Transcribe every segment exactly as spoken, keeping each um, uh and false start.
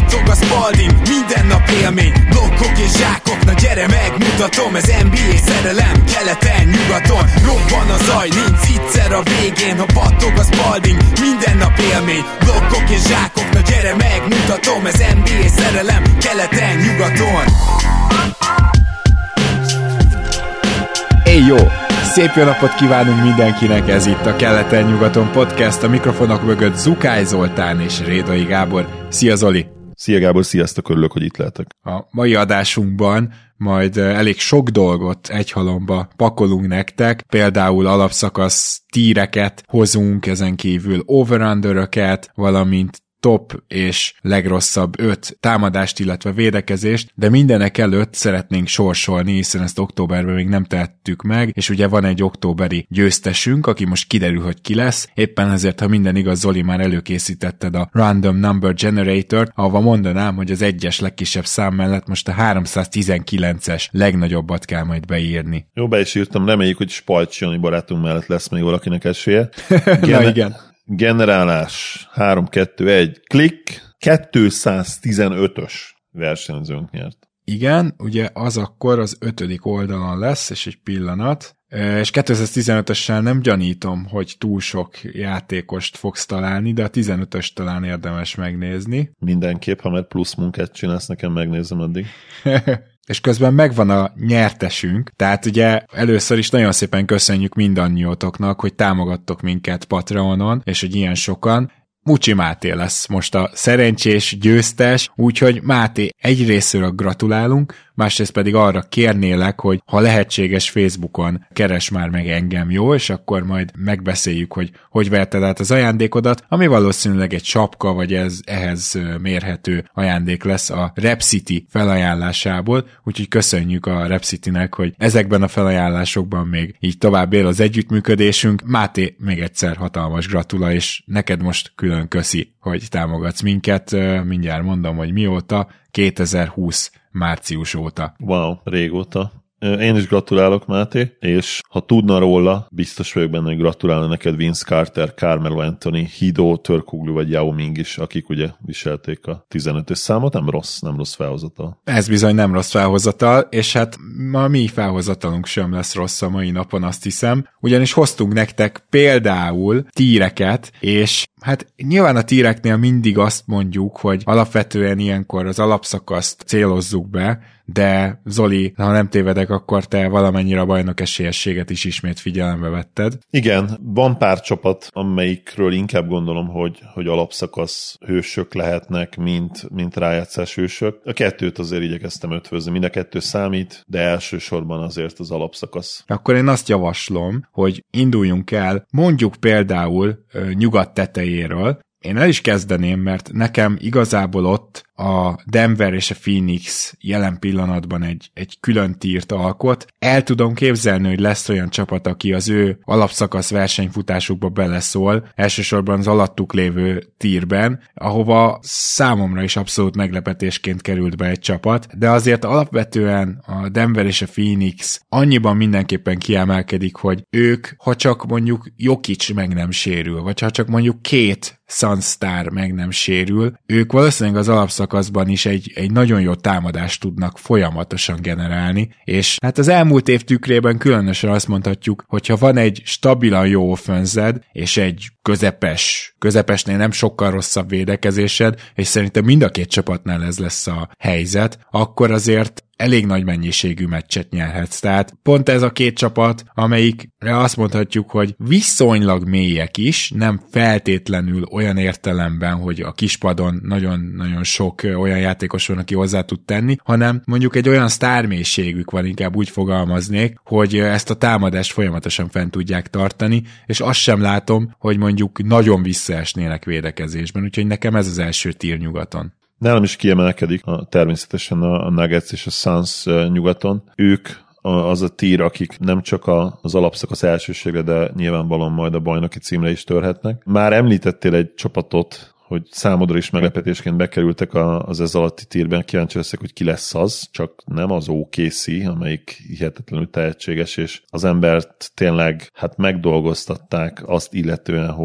battog a Spalding, minden nap élmény, blokkok és zsákok, na gyere megmutatom, ez en bé á szerelem, keleten, nyugaton, robban a zaj, nincs egyszer a végén, ha battog a Spalding, minden nap élmény, blokkok és zsákok, na gyere megmutatom, ez en bé á szerelem, keleten, nyugaton. Éj jó! Szép jó napot kívánunk mindenkinek, ez itt a Keleten-nyugaton podcast, a mikrofonok mögött Zukály Zoltán és Rédai Gábor. Szia Zoli! Szia Gábor, sziasztok, örülök, hogy itt lehetek. A mai adásunkban majd elég sok dolgot egy halomba pakolunk nektek, például alapszakasz tíreket hozunk, ezen kívül over-underöket, valamint top és legrosszabb öt támadást, illetve védekezést, de mindenek előtt szeretnénk sorsolni, hiszen ezt októberben még nem tettük meg, és ugye van egy októberi győztesünk, aki most kiderül, hogy ki lesz. Éppen ezért, ha minden igaz, Zoli, már előkészítetted a Random Number Generator-t, ahova mondanám, hogy az egyes legkisebb szám mellett most a háromszáztizenkilences legnagyobbat kell majd beírni. Jó, be is írtam, reméljük, hogy Spalcs Jani barátunk mellett lesz még valakinek esélye. Gen- Na igen. Generálás három kettő egy klik, kétszáztizenötös versenyzőnk nyert. Igen, ugye az akkor az ötödik oldalon lesz, és egy pillanat, és kétszáztizenötössel nem gyanítom, hogy túl sok játékost fogsz találni, de a tizenötös talán érdemes megnézni. Mindenképp, ha már plusz munkát csinálsz, nekem megnézem addig. És közben megvan a nyertesünk, tehát ugye először is nagyon szépen köszönjük mindannyiótoknak, hogy támogattok minket Patreonon, és hogy ilyen sokan. Mucsi Máté lesz most a szerencsés győztes, úgyhogy Máté, egyrészről gratulálunk, másrészt pedig arra kérnélek, hogy ha lehetséges Facebookon keres már meg engem, jó, és akkor majd megbeszéljük, hogy hogy verted át az ajándékodat, ami valószínűleg egy sapka, vagy ez ehhez mérhető ajándék lesz a Repcity felajánlásából, úgyhogy köszönjük a Repcitynek, hogy ezekben a felajánlásokban még így tovább él az együttműködésünk. Máté, még egyszer hatalmas gratula, és neked most külön köszi, hogy támogatsz minket, mindjárt mondom, hogy mióta, kétezer-húsz március óta. Wow, régóta. Én is gratulálok, Máté, és ha tudna róla, biztos vagyok benne, hogy gratulálna neked Vince Carter, Carmelo Anthony, Hidó, Törkoglu vagy Yao Ming is, akik ugye viselték a tizenötös számot, nem rossz, nem rossz felhozatal. Ez bizony nem rossz felhozatal, és hát ma mi felhozatalunk sem lesz rossz a mai napon, azt hiszem, ugyanis hoztunk nektek például tíreket, és hát nyilván a tíreknél mindig azt mondjuk, hogy alapvetően ilyenkor az alapszakaszt célozzuk be, de Zoli, ha nem tévedek, akkor te valamennyire a bajnok esélyességet is ismét figyelembe vetted. Igen, van pár csapat, amelyikről inkább gondolom, hogy, hogy alapszakasz hősök lehetnek, mint, mint rájátszás hősök. A kettőt azért igyekeztem ötvözni, mind a kettő számít, de elsősorban azért az alapszakasz. Akkor én azt javaslom, hogy induljunk el, mondjuk például nyugat tetejéről. Én el is kezdeném, mert nekem igazából ott a Denver és a Phoenix jelen pillanatban egy, egy külön tírt alkot. El tudom képzelni, hogy lesz olyan csapat, aki az ő alapszakasz versenyfutásukba beleszól, elsősorban az alattuk lévő tírben, ahova számomra is abszolút meglepetésként került be egy csapat, de azért alapvetően a Denver és a Phoenix annyiban mindenképpen kiemelkedik, hogy ők, ha csak mondjuk Jokic meg nem sérül, vagy ha csak mondjuk két Sunstar meg nem sérül, ők valószínűleg az alapszakaszban is egy, egy nagyon jó támadást tudnak folyamatosan generálni, és hát az elmúlt év tükrében különösen azt mondhatjuk, hogyha van egy stabilan jó offenzed, és egy közepes, közepesnél nem sokkal rosszabb védekezésed, és szerintem mind a két csapatnál ez lesz a helyzet, akkor azért elég nagy mennyiségű meccset nyerhetsz. Tehát pont ez a két csapat, amelyikre azt mondhatjuk, hogy viszonylag mélyek is, nem feltétlenül olyan értelemben, hogy a kispadon nagyon-nagyon sok olyan játékos van, aki hozzá tud tenni, hanem mondjuk egy olyan sztármélységük van, inkább úgy fogalmaznék, hogy ezt a támadást folyamatosan fent tudják tartani, és azt sem látom, hogy mondjuk nagyon visszaesnének védekezésben, úgyhogy nekem ez az első tír nyugaton. Nálam is kiemelkedik a, természetesen a Nuggets és a Suns nyugaton. Ők az a tír, akik nem csak az alapszakasz elsőségre, de nyilvánvalóan majd a bajnoki címre is törhetnek. Már említettél egy csapatot, hogy számodra is meglepetésként bekerültek az ez alatti tírben, kíváncsi leszek, hogy ki lesz az, csak nem az o ká cé, amelyik hihetetlenül tehetséges, és az embert tényleg hát megdolgoztatták azt illetően, hogy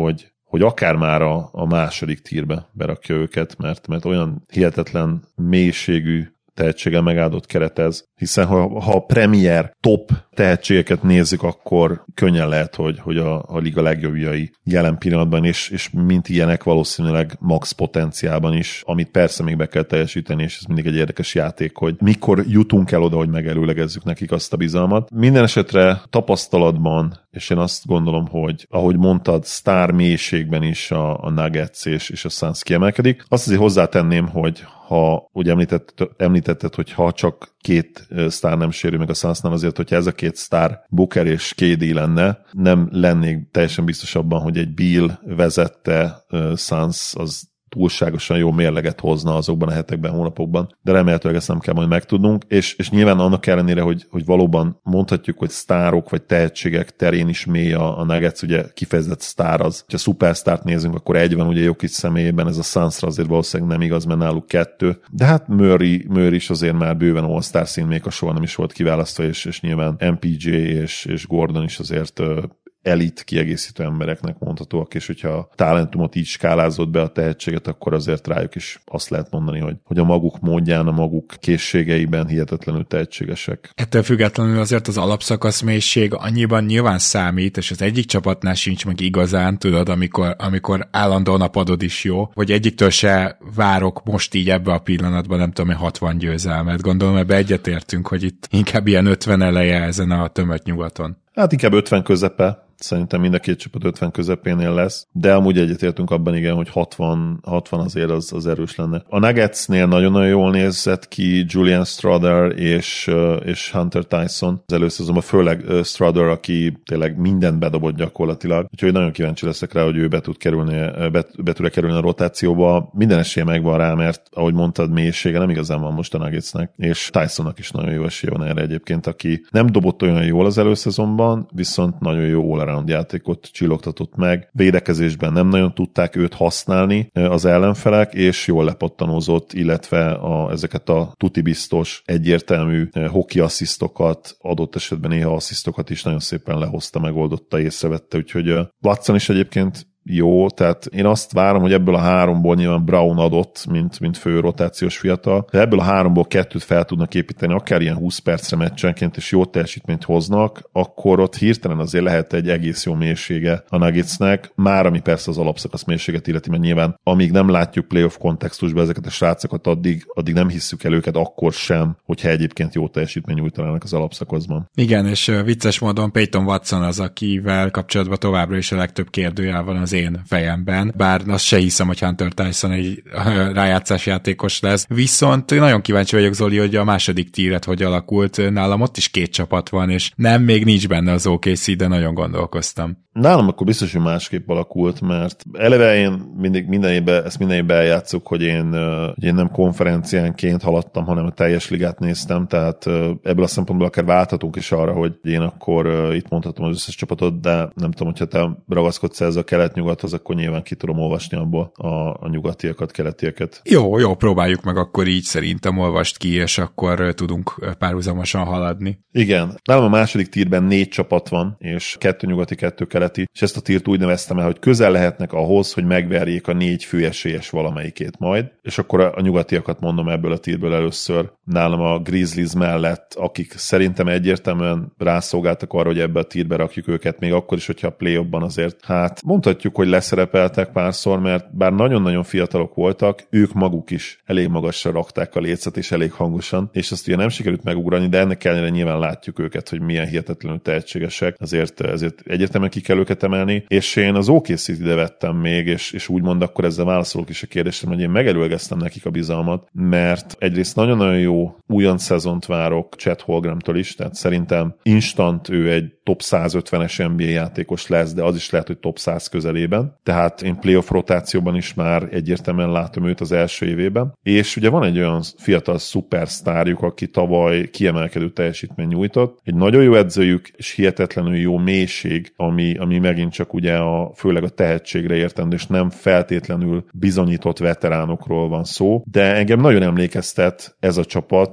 hogy akár már a, a második tírbe berakja őket, mert, mert olyan hihetetlen mélységű tehetséggel megáldott keret ez, hiszen ha, ha a premier top tehetségeket nézzük, akkor könnyen lehet, hogy, hogy a, a liga legjobbjai jelen pillanatban, és, és mint ilyenek valószínűleg max potenciálban is, amit persze még be kell teljesíteni, és ez mindig egy érdekes játék, hogy mikor jutunk el oda, hogy megelőlegezzük nekik azt a bizalmat. Minden esetre tapasztalatban, és én azt gondolom, hogy ahogy mondtad, sztár mélységben is a, a Nuggets és, és a Suns kiemelkedik. Azt azért hozzátenném, hogy ha úgy említett, említetted, hogy ha csak két sztár nem sérül meg a Sunsnál, azért, hogyha ez a két sztár Booker és ká dé lenne, nem lennék teljesen biztos abban, hogy egy Beal vezette uh, Suns az túlságosan jó mérleget hozna azokban a hetekben, hónapokban, de remélhetőleg ezt nem kell majd megtudnunk, és, és nyilván annak ellenére, hogy, hogy valóban mondhatjuk, hogy sztárok vagy tehetségek terén is mély a, a Nuggets, ugye kifejezett sztár az, ha szupersztárt nézünk, akkor egy van ugye Jokic személyében, ez a Sunsra azért valószínűleg nem igaz, mert náluk kettő, de hát Murray, Murray is azért már bőven all-star szín, még a soha nem is volt kiválasztva, és, és nyilván em pé jé és, és Gordon is azért elit kiegészítő embereknek mondhatóak, és hogyha a talentumot így skálázott be a tehetséget, akkor azért rájuk is azt lehet mondani, hogy, hogy a maguk módján, a maguk készségeiben hihetetlenül tehetségesek. Ettől függetlenül azért az alapszakasz mélység annyiban nyilván számít, és az egyik csapatnál sincs meg igazán, tudod, amikor, amikor állandóan a padod is jó, vagy egyiktől se várok most így ebbe a pillanatban, nem tudom, hatvan győzelmet. Gondolom, ebbe egyetértünk, hogy itt inkább ilyen ötven eleje ezen a tömött nyugaton. Hát inkább ötven közepe. Szerintem mind a két csapat ötven közepénél lesz, de amúgy egyetértünk abban igen, hogy hatvan, hatvan azért az, az erős lenne. A Nuggetsnél nagyon-nagyon jól nézett ki Julian Strawther és, és Hunter Tyson az előszezonban, főleg Strawther, aki tényleg mindent bedobott gyakorlatilag, úgyhogy nagyon kíváncsi leszek rá, hogy ő be tud kerülni, be, be tud kerülni a rotációba. Minden esélye megvan rá, mert ahogy mondtad, mélysége nem igazán van most a Nuggetsnek, és Tysonnak is nagyon jó esélye van erre egyébként, aki nem dobott olyan jól az előszezonban, viszont nagyon jó all-around játékot csillogtatott meg. Védekezésben nem nagyon tudták őt használni az ellenfelek, és jól lepattanózott, illetve a, ezeket a tuti biztos, egyértelmű hoki asszisztokat, adott esetben néha asszisztokat is nagyon szépen lehozta, megoldotta, észrevette, úgyhogy Watson is egyébként jó, tehát én azt várom, hogy ebből a háromból nyilván Brown adott, mint, mint fő rotációs fiatal, de ebből a háromból kettőt fel tudnak építeni, akár ilyen húsz percre meccsenként, és jó teljesítményt hoznak, akkor ott hirtelen azért lehet egy egész jó mélysége a Nuggetsnek, már ami persze az alapszakasz mélységet illeti, mert nyilván amíg nem látjuk playoff kontextusban ezeket a srácokat, addig, addig nem hisszük el őket akkor sem, hogyha egyébként jó teljesítmény nyújtanának az alapszakaszban. Igen, és vicces módon Peyton Watson az, akivel kapcsolatban továbbra is a legtöbb kérdőjel van az én fejemben, bár azt se hiszem, hogy Hunter Tyson egy rájátszás játékos lesz. Viszont nagyon kíváncsi vagyok, Zoli, hogy a második tíret hogy alakult. Nálam ott is két csapat van, és nem, még nincs benne az o ká cé, de nagyon gondolkoztam. Nálam akkor biztos, hogy másképp alakult, mert eleve én mindig, minden évben, ezt minden évben eljátszuk, hogy én, hogy én nem konferenciánként haladtam, hanem a teljes ligát néztem, tehát ebből a szempontból akár válthatunk is arra, hogy én akkor itt mondhatom az összes csapatot, de nem tudom, hogyha te ragaszkodsz ez a kelet-nyugathoz, akkor nyilván ki tudom olvasni abból a, a nyugatiakat, keletieket. Jó, jó, próbáljuk meg akkor így, szerintem olvast ki, és akkor tudunk párhuzamosan haladni. Igen. Nálam a második tírben négy csapat van, és kettő nyugati, kettő keleti, és ezt a tírt úgy neveztem el, hogy közel lehetnek ahhoz, hogy megverjék a négy főesélyes valamelyikét majd, és akkor a, a nyugatiakat mondom ebből a tírből először. Nálam a Grizzlies mellett, akik szerintem egyértelműen rászolgáltak arra, hogy ebbe a tírbe rakjuk őket, még akkor is, hogyha a play-offban azért, hát mondhatjuk, hogy leszerepeltek párszor, mert bár nagyon-nagyon fiatalok voltak, ők maguk is elég magasra rakták a lécet, és elég hangosan, és azt ugye nem sikerült megugrani, de ennek ellenére nyilván látjuk őket, hogy milyen hihetetlenül tehetségesek, azért, ezért egyértelműen ki kell őket emelni, és én az o ká cét ide vettem még, és, és úgymond akkor ezzel válaszolok is a kérdésre, hogy én megelőlegeztem nekik a bizalmat, mert egyrészt nagyon-nagyon jó újonc szezont várok Chet Holmgrenstől is, tehát szerintem instant ő egy top százötvenes en bé á játékos lesz, de az is lehet, hogy top száz közelében. Tehát én playoff rotációban is már egyértelműen látom őt az első évében. És ugye van egy olyan fiatal szupersztárjuk, aki tavaly kiemelkedő teljesítmény nyújtott. Egy nagyon jó edzőjük, és hihetetlenül jó mélység, ami, ami megint csak ugye a, főleg a tehetségre értendő, és nem feltétlenül bizonyított veteránokról van szó. De engem nagyon emlékeztet ez a csapat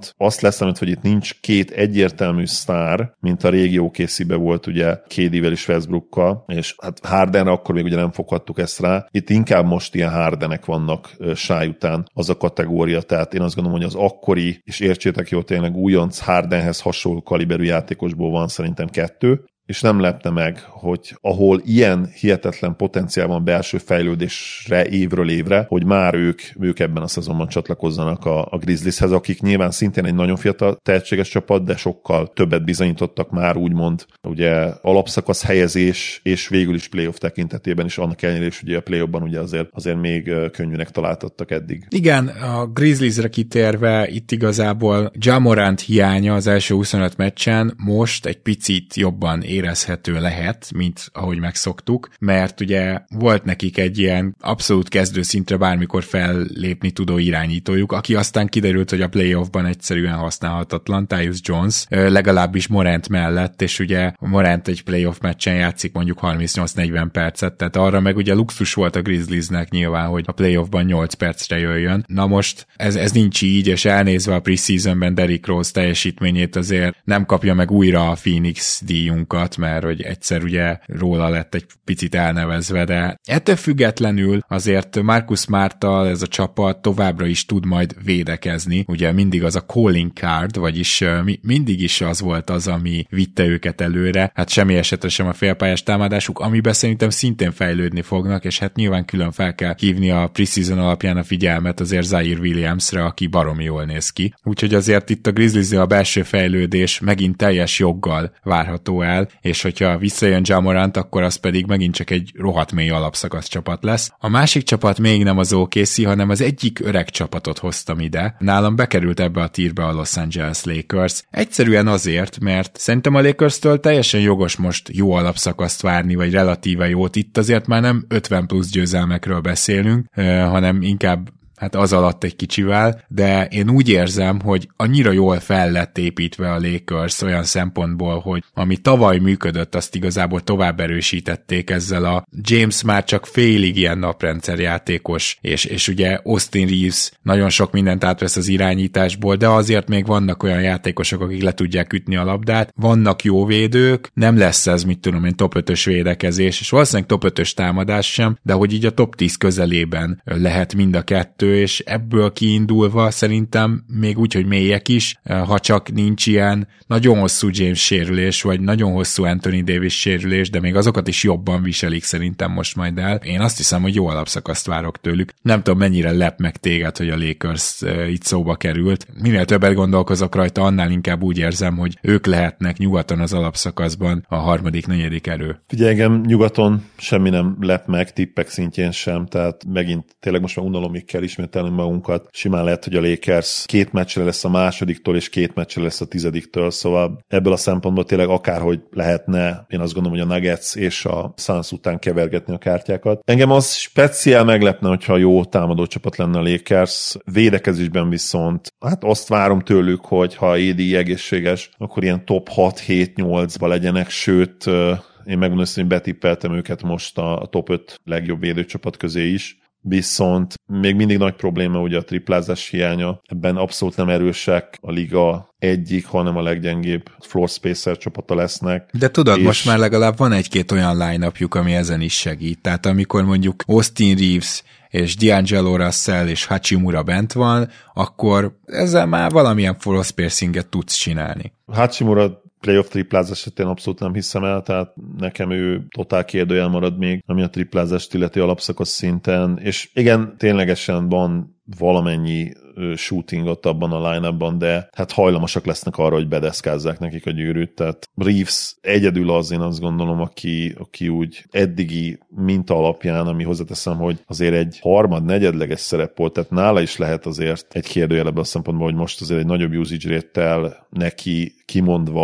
csapat azt lesz, amit, hogy itt nincs két egyértelmű sztár, mint a régi o ká cé-be volt ugye ká dé-vel és Westbrookkal, és hát Hardenre akkor még ugye nem foghattuk ezt rá. Itt inkább most ilyen Hardenek vannak sáj után az a kategória, tehát én azt gondolom, hogy az akkori, és értsétek jól, tényleg újonc Hardenhez hasonló kaliberű játékosból van szerintem kettő, és nem lepne meg, hogy ahol ilyen hihetetlen potenciál van belső fejlődésre évről évre, hogy már ők, ők ebben a szezonban csatlakozzanak a, a Grizzlieshez, akik nyilván szintén egy nagyon fiatal tehetséges csapat, de sokkal többet bizonyítottak már, úgymond ugye alapszakasz helyezés, és végül is playoff tekintetében is, annak ellenére is ugye a playoffban ugye azért, azért még könnyűnek találtattak eddig. Igen, a Grizzliesre kitérve itt igazából Ja Morant hiánya az első huszonöt meccsen most egy picit jobban érezhető lehet, mint ahogy megszoktuk, mert ugye volt nekik egy ilyen abszolút kezdőszintre bármikor fellépni tudó irányítójuk, aki aztán kiderült, hogy a playoffban egyszerűen használhatatlan, Tyus Jones, legalábbis Morant mellett, és ugye Morant egy playoff meccsen játszik mondjuk harmincnyolc-negyven percet, tehát arra meg ugye luxus volt a Grizzliesnek nyilván, hogy a playoffban nyolc percre jöjjön. Na most ez, ez nincs így, és elnézve a preseasonben Derrick Rose teljesítményét azért nem kapja meg újra a Phoenix díjunkat, mert hogy egyszer ugye róla lett egy picit elnevezve, de ettől függetlenül azért Marcus Smarttal ez a csapat továbbra is tud majd védekezni. Ugye mindig az a calling card, vagyis mi, mindig is az volt az, ami vitte őket előre. Hát semmi esetre sem a félpályás támadásuk, amiben szerintem szintén fejlődni fognak, és hát nyilván külön fel kell hívni a preseason alapján a figyelmet azért Zaire Williamsre, aki baromi jól néz ki. Úgyhogy azért itt a Grizzliesnél a belső fejlődés megint teljes joggal várható el, és hogyha visszajön Ja Morant, akkor az pedig megint csak egy rohadt mély alapszakasz csapat lesz. A másik csapat még nem az o ká cé, hanem az egyik öreg csapatot hoztam ide. Nálam bekerült ebbe a tírbe a Los Angeles Lakers. Egyszerűen azért, mert szerintem a Lakers-től teljesen jogos most jó alapszakaszt várni, vagy relatíve jót. Itt azért már nem ötven plusz győzelmekről beszélünk, hanem inkább hát az alatt egy kicsivel, de én úgy érzem, hogy annyira jól fel lett építve a Lakers olyan szempontból, hogy ami tavaly működött, azt igazából tovább erősítették ezzel a James már csak félig ilyen naprendszer játékos, és, és ugye Austin Reeves nagyon sok mindent átvesz az irányításból, de azért még vannak olyan játékosok, akik le tudják ütni a labdát, vannak jó védők, nem lesz ez, mit tudom én, top ötös védekezés, és valószínűleg top ötös támadás sem, de hogy így a top tíz közelében lehet mind a kettő, és ebből kiindulva szerintem még úgy, hogy mélyek is, ha csak nincs ilyen nagyon hosszú James sérülés, vagy nagyon hosszú Anthony Davis sérülés, de még azokat is jobban viselik szerintem most majd el. Én azt hiszem, hogy jó alapszakaszt várok tőlük. Nem tudom, mennyire lep meg téged, hogy a Lakers itt szóba került. Minél többet gondolkozok rajta, annál inkább úgy érzem, hogy ők lehetnek nyugaton az alapszakaszban a harmadik, negyedik erő. Figyelj, engem nyugaton semmi nem lep meg, tippek szintjén sem, tehát megint tényleg most már unalomig kell ismételni magunkat. Simán lehet, hogy a Lakers két meccsre lesz a másodiktól, és két meccsre lesz a tizediktől, szóval ebből a szempontból tényleg akárhogy lehetne, én azt gondolom, hogy a Nuggets és a Suns után kevergetni a kártyákat. Engem az speciál meglepne, hogyha jó támadó csapat lenne a Lakers, védekezésben viszont hát azt várom tőlük, hogy ha á dé egészséges, akkor ilyen top hat hét nyolcba legyenek, sőt én megmondom, hogy betippeltem őket most a top öt legjobb védőcsapat közé is. Viszont még mindig nagy probléma ugye a triplázás hiánya, ebben abszolút nem erősek, a liga egyik, hanem a leggyengébb floor spacer csapata lesznek. De tudod, és... most már legalább van egy-két olyan line-upjuk, ami ezen is segít. Tehát amikor mondjuk Austin Reeves és D'Angelo Russell és Hachimura bent van, akkor ezzel már valamilyen floor spacinget tudsz csinálni. Hachimura playoff triplázás esetén abszolút nem hiszem el, tehát nekem ő totál kérdőjel marad még, ami a triplázást illeti alapszakasz szinten, és igen, ténylegesen van valamennyi shootingot abban a line-upban, de hát hajlamosak lesznek arra, hogy bedeszkázzák nekik a gyűrűt, tehát Reeves egyedül az, én azt gondolom, aki, aki úgy eddigi minta alapján, ami hozzáteszem, hogy azért egy harmad, negyedleges szerep volt, tehát nála is lehet azért egy kérdőjel ebből a szempontból, hogy most azért egy nagyobb usage rate-tel neki kimondva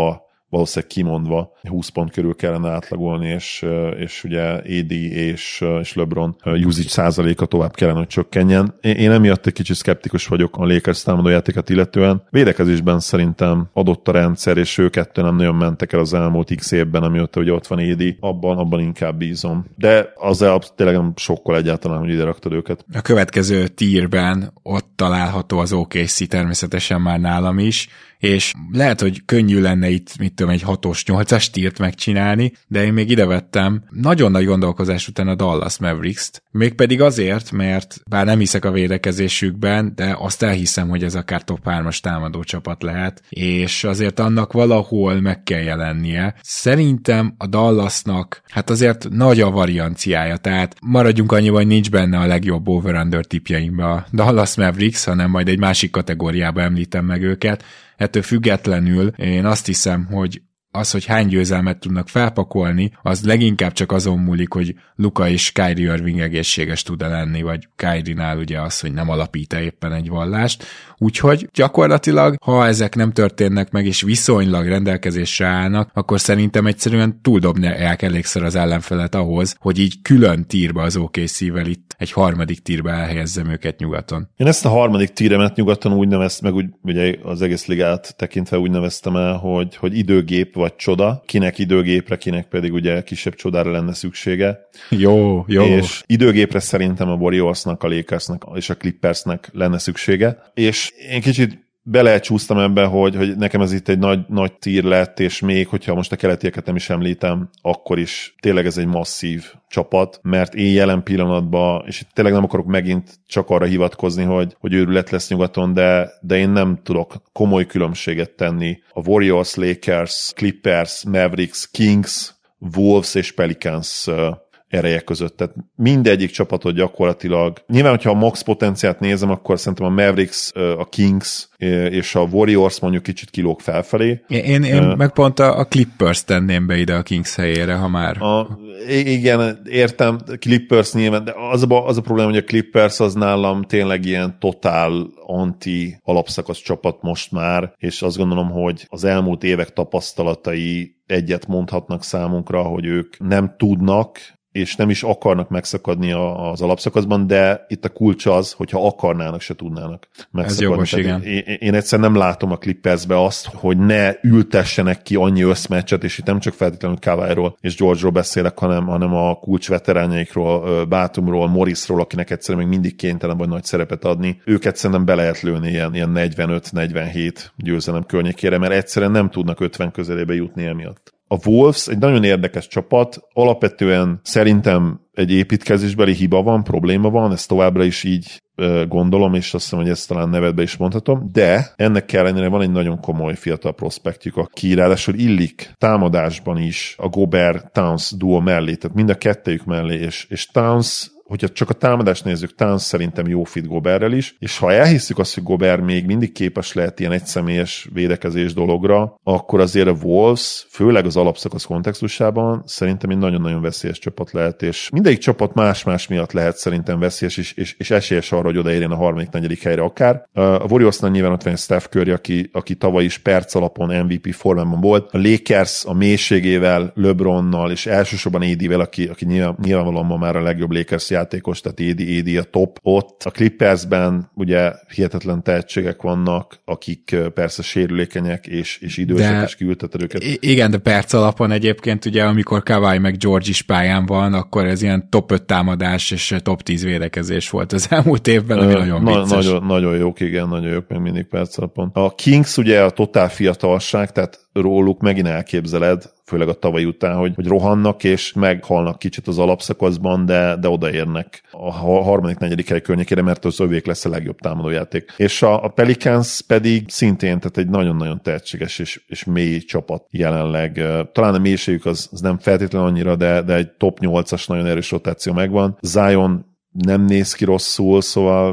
valószínűleg kimondva húsz pont körül kellene átlagolni, és, és ugye á dé és, és LeBron usage százaléka tovább kellene, hogy csökkenjen. Én emiatt egy kicsit szkeptikus vagyok a Lakers támadójátékat illetően. Védekezésben szerintem adott a rendszer, és ők kettő nem nagyon mentek el az elmúlt x évben, amióta ugye ott van á dé, abban, abban inkább bízom. De azzal tényleg nem sokkal egyáltalán, hogy ide raktad őket. A következő tírben ott található az o ká cé természetesen már nálam is, és lehet, hogy könnyű lenne itt, mit tudom, egy hatos, nyolcas tírt megcsinálni, de én még ide vettem nagyon nagy gondolkozás után a Dallas Mavericks-t, mégpedig azért, mert bár nem hiszek a védekezésükben, de azt elhiszem, hogy ez akár top hármas támadó csapat lehet, és azért annak valahol meg kell jelennie. Szerintem a Dallasnak hát azért nagy a varianciája, tehát maradjunk annyiban, hogy nincs benne a legjobb over-under tipjeimbe a Dallas Mavericks, hanem majd egy másik kategóriába említem meg őket. Ettől függetlenül én azt hiszem, hogy az, hogy hány győzelmet tudnak felpakolni, az leginkább csak azon múlik, hogy Luka és Kyrie Irving egészséges tud-e lenni, vagy Kyrie-nál ugye az, hogy nem alapít-e éppen egy vallást. Úgyhogy gyakorlatilag, ha ezek nem történnek meg, és viszonylag rendelkezésre állnak, akkor szerintem egyszerűen túldobnják elégszer az ellenfelet ahhoz, hogy így külön tírba az o ká cé-vel itt egy harmadik tírba elhelyezzem őket nyugaton. Én ezt a harmadik tíremet nyugaton úgy neveztem, meg úgy, ugye az egész ligát tekintve úgy neveztem el, hogy, hogy időgép vagy csoda, kinek időgépre, kinek pedig ugye kisebb csodára lenne szüksége. Jó, jó. És időgépre szerintem a Warriorsnak, a Lakersnek és a Clippersnek lenne szüksége. És én kicsit belecsúsztam ebbe, hogy, hogy nekem ez itt egy nagy, nagy tír lett, és még, hogyha most a keletieket nem is említem, akkor is tényleg ez egy masszív csapat, mert én jelen pillanatban, és itt tényleg nem akarok megint csak arra hivatkozni, hogy, hogy őrület lesz nyugaton, de, de én nem tudok komoly különbséget tenni a Warriors, Lakers, Clippers, Mavericks, Kings, Wolves és Pelicans ereje között. Tehát mindegyik csapatot gyakorlatilag, nyilván, hogyha a max potenciát nézem, akkor szerintem a Mavericks, a Kings és a Warriors mondjuk kicsit kilóg felfelé. Én, én uh, meg pont a Clippers tenném be ide a Kings helyére, ha már. A, igen, értem, Clippers nyilván, de az a, az a probléma, hogy a Clippers az nálam tényleg ilyen totál anti alapszakasz csapat most már, és azt gondolom, hogy az elmúlt évek tapasztalatai egyet mondhatnak számunkra, hogy ők nem tudnak és nem is akarnak megszakadni az alapszakaszban, de itt a kulcs az, hogyha akarnának, se tudnának megszakadni. Ez jogos, igen. Én, én egyszerűen nem látom a Clippersbe azt, hogy ne ültessenek ki annyi összmeccset, és itt nem csak feltétlenül Kawhiról és George-ról beszélek, hanem, hanem a kulcs veterányaikról, Batumról, Morrisról, akinek egyszerűen még mindig kénytelen vagy nagy szerepet adni. Őket szerintem be lehet lőni ilyen, ilyen negyvenöt negyvenhét győzelem környékére, mert egyszerűen nem tudnak ötven közelébe jutni emiatt. A Wolves egy nagyon érdekes csapat, alapvetően szerintem egy építkezésbeli hiba van, probléma van, ezt továbbra is így gondolom, és azt hiszem, hogy ezt talán nevedbe is mondhatom, de ennek ellenére van egy nagyon komoly fiatal prospektjük, aki ráadásul illik támadásban is a Gobert-Towns duo mellé, tehát mind a kettejük mellé, és, és Towns, hogyha csak a támadást nézzük, Towns szerintem jó fit Goberrel is, és ha elhiszük azt, hogy Gobert még mindig képes lehet ilyen egyszemélyes védekezés dologra, akkor azért a Wolves, főleg az alapszakasz kontextusában szerintem egy nagyon-nagyon veszélyes csapat lehet, és mindegyik csapat más-más miatt lehet szerintem veszélyes, és, és, és esélyes arra, hogy odaérjen a harmadik, negyedik helyre akár. A Warriorsnál nyilván ott van Steph Curry, aki, aki tavaly is perc alapon em vé pé formában volt. A Lakers a mélységével, LeBronnal, és elsősorban á dé-vel, aki, aki nyilván, nyilvánvalóan ma már a legjobb Lakers játékos, tehát á dé, á dé a top. Ott a Clippersben ugye hihetetlen tehetségek vannak, akik persze sérülékenyek és, és idősek, de, és kiülteted őket. Igen, de perc alapon egyébként ugye, amikor Kawhi meg George is pályán van, akkor ez ilyen top öt támadás és top tíz védekezés volt az elmúlt évben, ami uh, nagyon na, vicces. Nagyon, nagyon jók, igen, nagyon jók még mindig perc alapon. A Kings ugye a totál fiatalság, tehát róluk megint elképzeled, főleg a tavaly után, hogy, hogy rohannak és meghalnak kicsit az alapszakaszban, de, de odaérnek a harmadik, negyedik hely környékére, mert az övék lesz a legjobb támadójáték. És a, a Pelicans pedig szintén, tehát egy nagyon-nagyon tehetséges és, és mély csapat jelenleg. Talán a mélységük az, az nem feltétlenül annyira, de, de egy top nyolcas nagyon erős rotáció megvan. Zion nem néz ki rosszul, szóval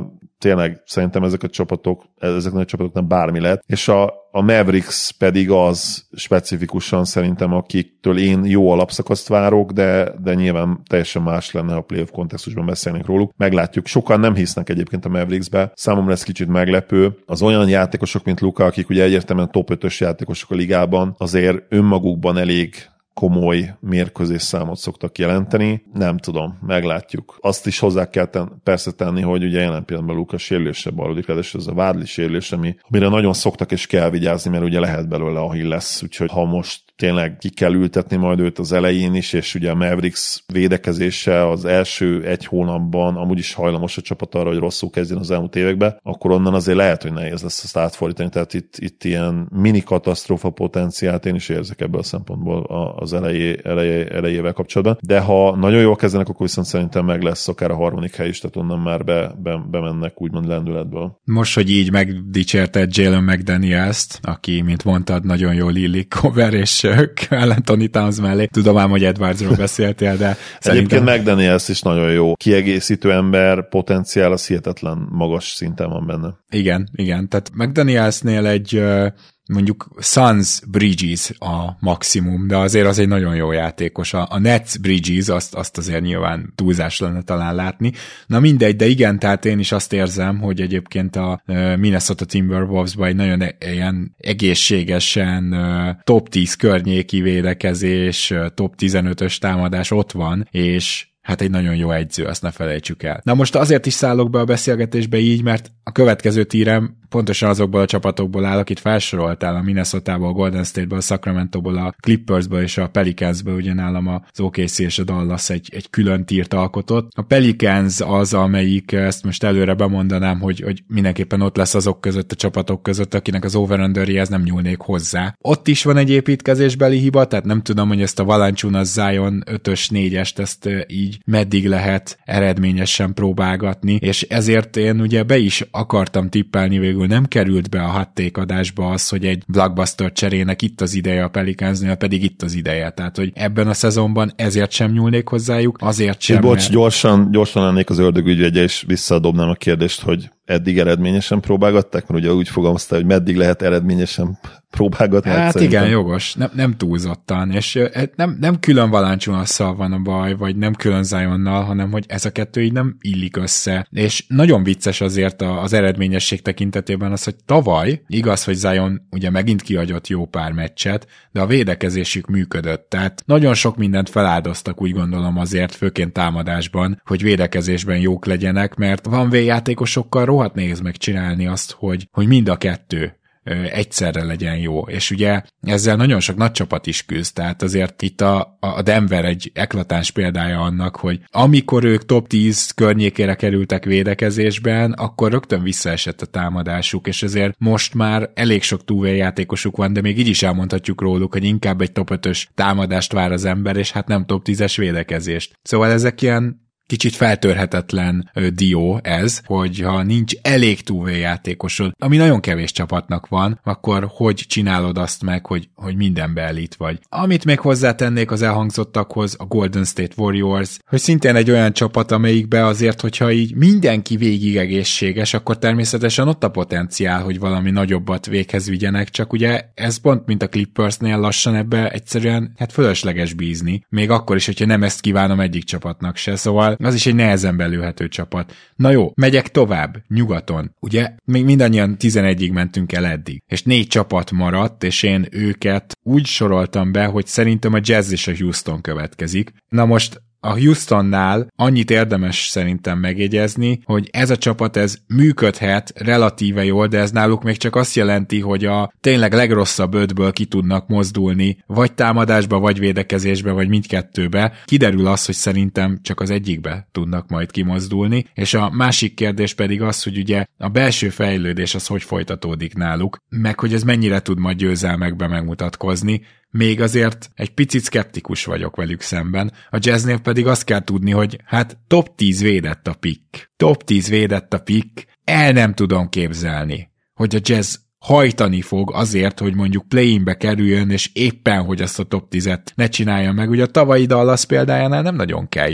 tényleg szerintem ezek a csapatok, ezeknek a csapatoknak bármi lett, és a, a Mavericks pedig az specifikusan szerintem, akiktől én jó alapszakaszt várok, de, de nyilván teljesen más lenne, ha a playoff kontextusban beszélnénk róluk. Meglátjuk. Sokan nem hisznek egyébként a Mavericksbe. Számomra ez kicsit meglepő. Az olyan játékosok, mint Luka, akik ugye egyértelműen top ötös játékosok a ligában, azért önmagukban elég komoly mérkőzés számot szoktak jelenteni. Nem tudom, meglátjuk. Azt is hozzá kell ten, persze tenni, hogy ugye jelen pillanatban Luka sérülése balodik, ráadásul ez a vádli sérülés, ami, amire nagyon szoktak és kell vigyázni, mert ugye lehet belőle Achilles, úgyhogy ha most tényleg ki kell ültetni majd őt az elején is, és ugye a Mavericks védekezése az első egy hónapban amúgy is hajlamos a csapat arra, hogy rosszul kezdjen az elmúlt években, akkor onnan azért lehet, hogy nehéz lesz ezt átfordítani, tehát itt, itt ilyen mini katasztrófa potenciált én is érzek ebből a szempontból az elejé, elejé, elejével kapcsolatban, de ha nagyon jól kezdenek, akkor viszont szerintem meg lesz akár a harmadik hely is, tehát onnan már be, be, bemennek úgymond lendületből. Most, hogy így megdicsérted Jalen McDaniels-t, aki, mint mondtad, nagyon jól illik cover és Anthony Towns mellé. Tudom ám, hogy Edwardsról beszéltél, de szerintem... Egyébként McDaniels is nagyon jó. Kiegészítő ember, potenciál, az hihetetlen magas szinten van benne. Igen, igen. Tehát McDanielsnél egy mondjuk Suns Bridges a maximum, de azért az egy nagyon jó játékos. A, a Nets Bridges, azt, azt azért nyilván túlzás lenne talán látni. Na mindegy, de igen, tehát én is azt érzem, hogy egyébként a Minnesota Timberwolvesban egy nagyon ilyen egészségesen top tíz környéki védekezés, top tizenötös támadás ott van, és hát egy nagyon jó egyző, azt ne felejtsük el. Na most azért is szállok be a beszélgetésbe így, mert a következő tírem pontosan azokból a csapatokból áll, akit felsoroltál, a Minnesotából, a Golden State-ből, a Sacramento-ból, a Clippersből és a Pelicansből, ugye nálam az o ká cé és a Dallas egy, egy külön tírt alkotott. A Pelicans az, amelyik, ezt most előre bemondanám, hogy, hogy mindenképpen ott lesz azok között, a csapatok között, akinek az over-underjéhez nem nyúlnék hozzá. Ott is van egy építkezésbeli hiba, tehát nem tudom, hogy ezt a Valanciunas Zion ötös négyest ezt így meddig lehet eredményesen próbálgatni, és ezért én ugye be is akartam tippelni, végül nem került be a hattékadásba az, hogy egy blockbuster cserének itt az ideje a Pelicansnél, pedig itt az ideje. Tehát, hogy ebben a szezonban ezért sem nyúlnék hozzájuk, azért sem. Bocs, mert... gyorsan, gyorsan lennék az ördögügyvédje, és visszadobnám a kérdést, hogy eddig eredményesen próbálgatták, mert ugye úgy fogalmazta, hogy meddig lehet eredményesen próbálgatni. Hát szerintem... igen, jogos, nem, nem túlzottan, és nem, nem külön Valanciunasszal van a baj, vagy nem külön Zionnal, hanem hogy ez a kettő így nem illik össze, és nagyon vicces azért az eredményesség tekintetében az, hogy tavaly, igaz, hogy Zion ugye megint kihagyott jó pár meccset, de a védekezésük működött, tehát nagyon sok mindent feláldoztak, úgy gondolom azért, főként támadásban, hogy védekezésben jók legyenek, mert van V-játékosokkal rohadt nehéz megcsinálni azt, hogy, hogy mind a kettő egyszerre legyen jó, és ugye ezzel nagyon sok nagy csapat is küzd, tehát azért itt a, a Denver egy eklatáns példája annak, hogy amikor ők top tíz környékére kerültek védekezésben, akkor rögtön visszaesett a támadásuk, és ezért most már elég sok túlvéjátékosuk van, de még így is elmondhatjuk róluk, hogy inkább egy top ötös támadást vár az ember, és hát nem top tízes védekezést. Szóval ezek ilyen kicsit feltörhetetlen ö, dió ez, hogyha nincs elég túlvéjátékosod, ami nagyon kevés csapatnak van, akkor hogy csinálod azt meg, hogy, hogy mindenbe elit vagy. Amit még hozzátennék az elhangzottakhoz, a Golden State Warriors, hogy szintén egy olyan csapat, amelyikbe azért, hogyha így mindenki végig egészséges, akkor természetesen ott a potenciál, hogy valami nagyobbat véghez vigyenek, csak ugye ez pont, mint a Clippersnél lassan ebbe egyszerűen hát fölösleges bízni, még akkor is, hogyha nem ezt kívánom egyik csapatnak se, szóval az is egy nehezen belülhető csapat. Na jó, megyek tovább, nyugaton. Ugye, még mindannyian tizenegyig mentünk el eddig, és négy csapat maradt, és én őket úgy soroltam be, hogy szerintem a Jazz és a Houston következik. Na most a Houstonnál annyit érdemes szerintem megjegyezni, hogy ez a csapat ez működhet relatíve jól, de ez náluk még csak azt jelenti, hogy a tényleg legrosszabb ötből ki tudnak mozdulni, vagy támadásba, vagy védekezésbe, vagy mindkettőbe. Kiderül az, hogy szerintem csak az egyikbe tudnak majd kimozdulni, és a másik kérdés pedig az, hogy ugye a belső fejlődés az hogy folytatódik náluk, meg hogy ez mennyire tud majd győzelmekbe megmutatkozni. Még azért egy picit szkeptikus vagyok velük szemben. A Jazznél pedig azt kell tudni, hogy hát top tíz védett a pick. Top tíz védett a pick. El nem tudom képzelni, hogy a Jazz hajtani fog azért, hogy mondjuk play-inbe kerüljön, és éppen, hogy azt a top tízet ne csinálja meg. Ugye a tavalyi Dallas példájánál nem nagyon kell jobb.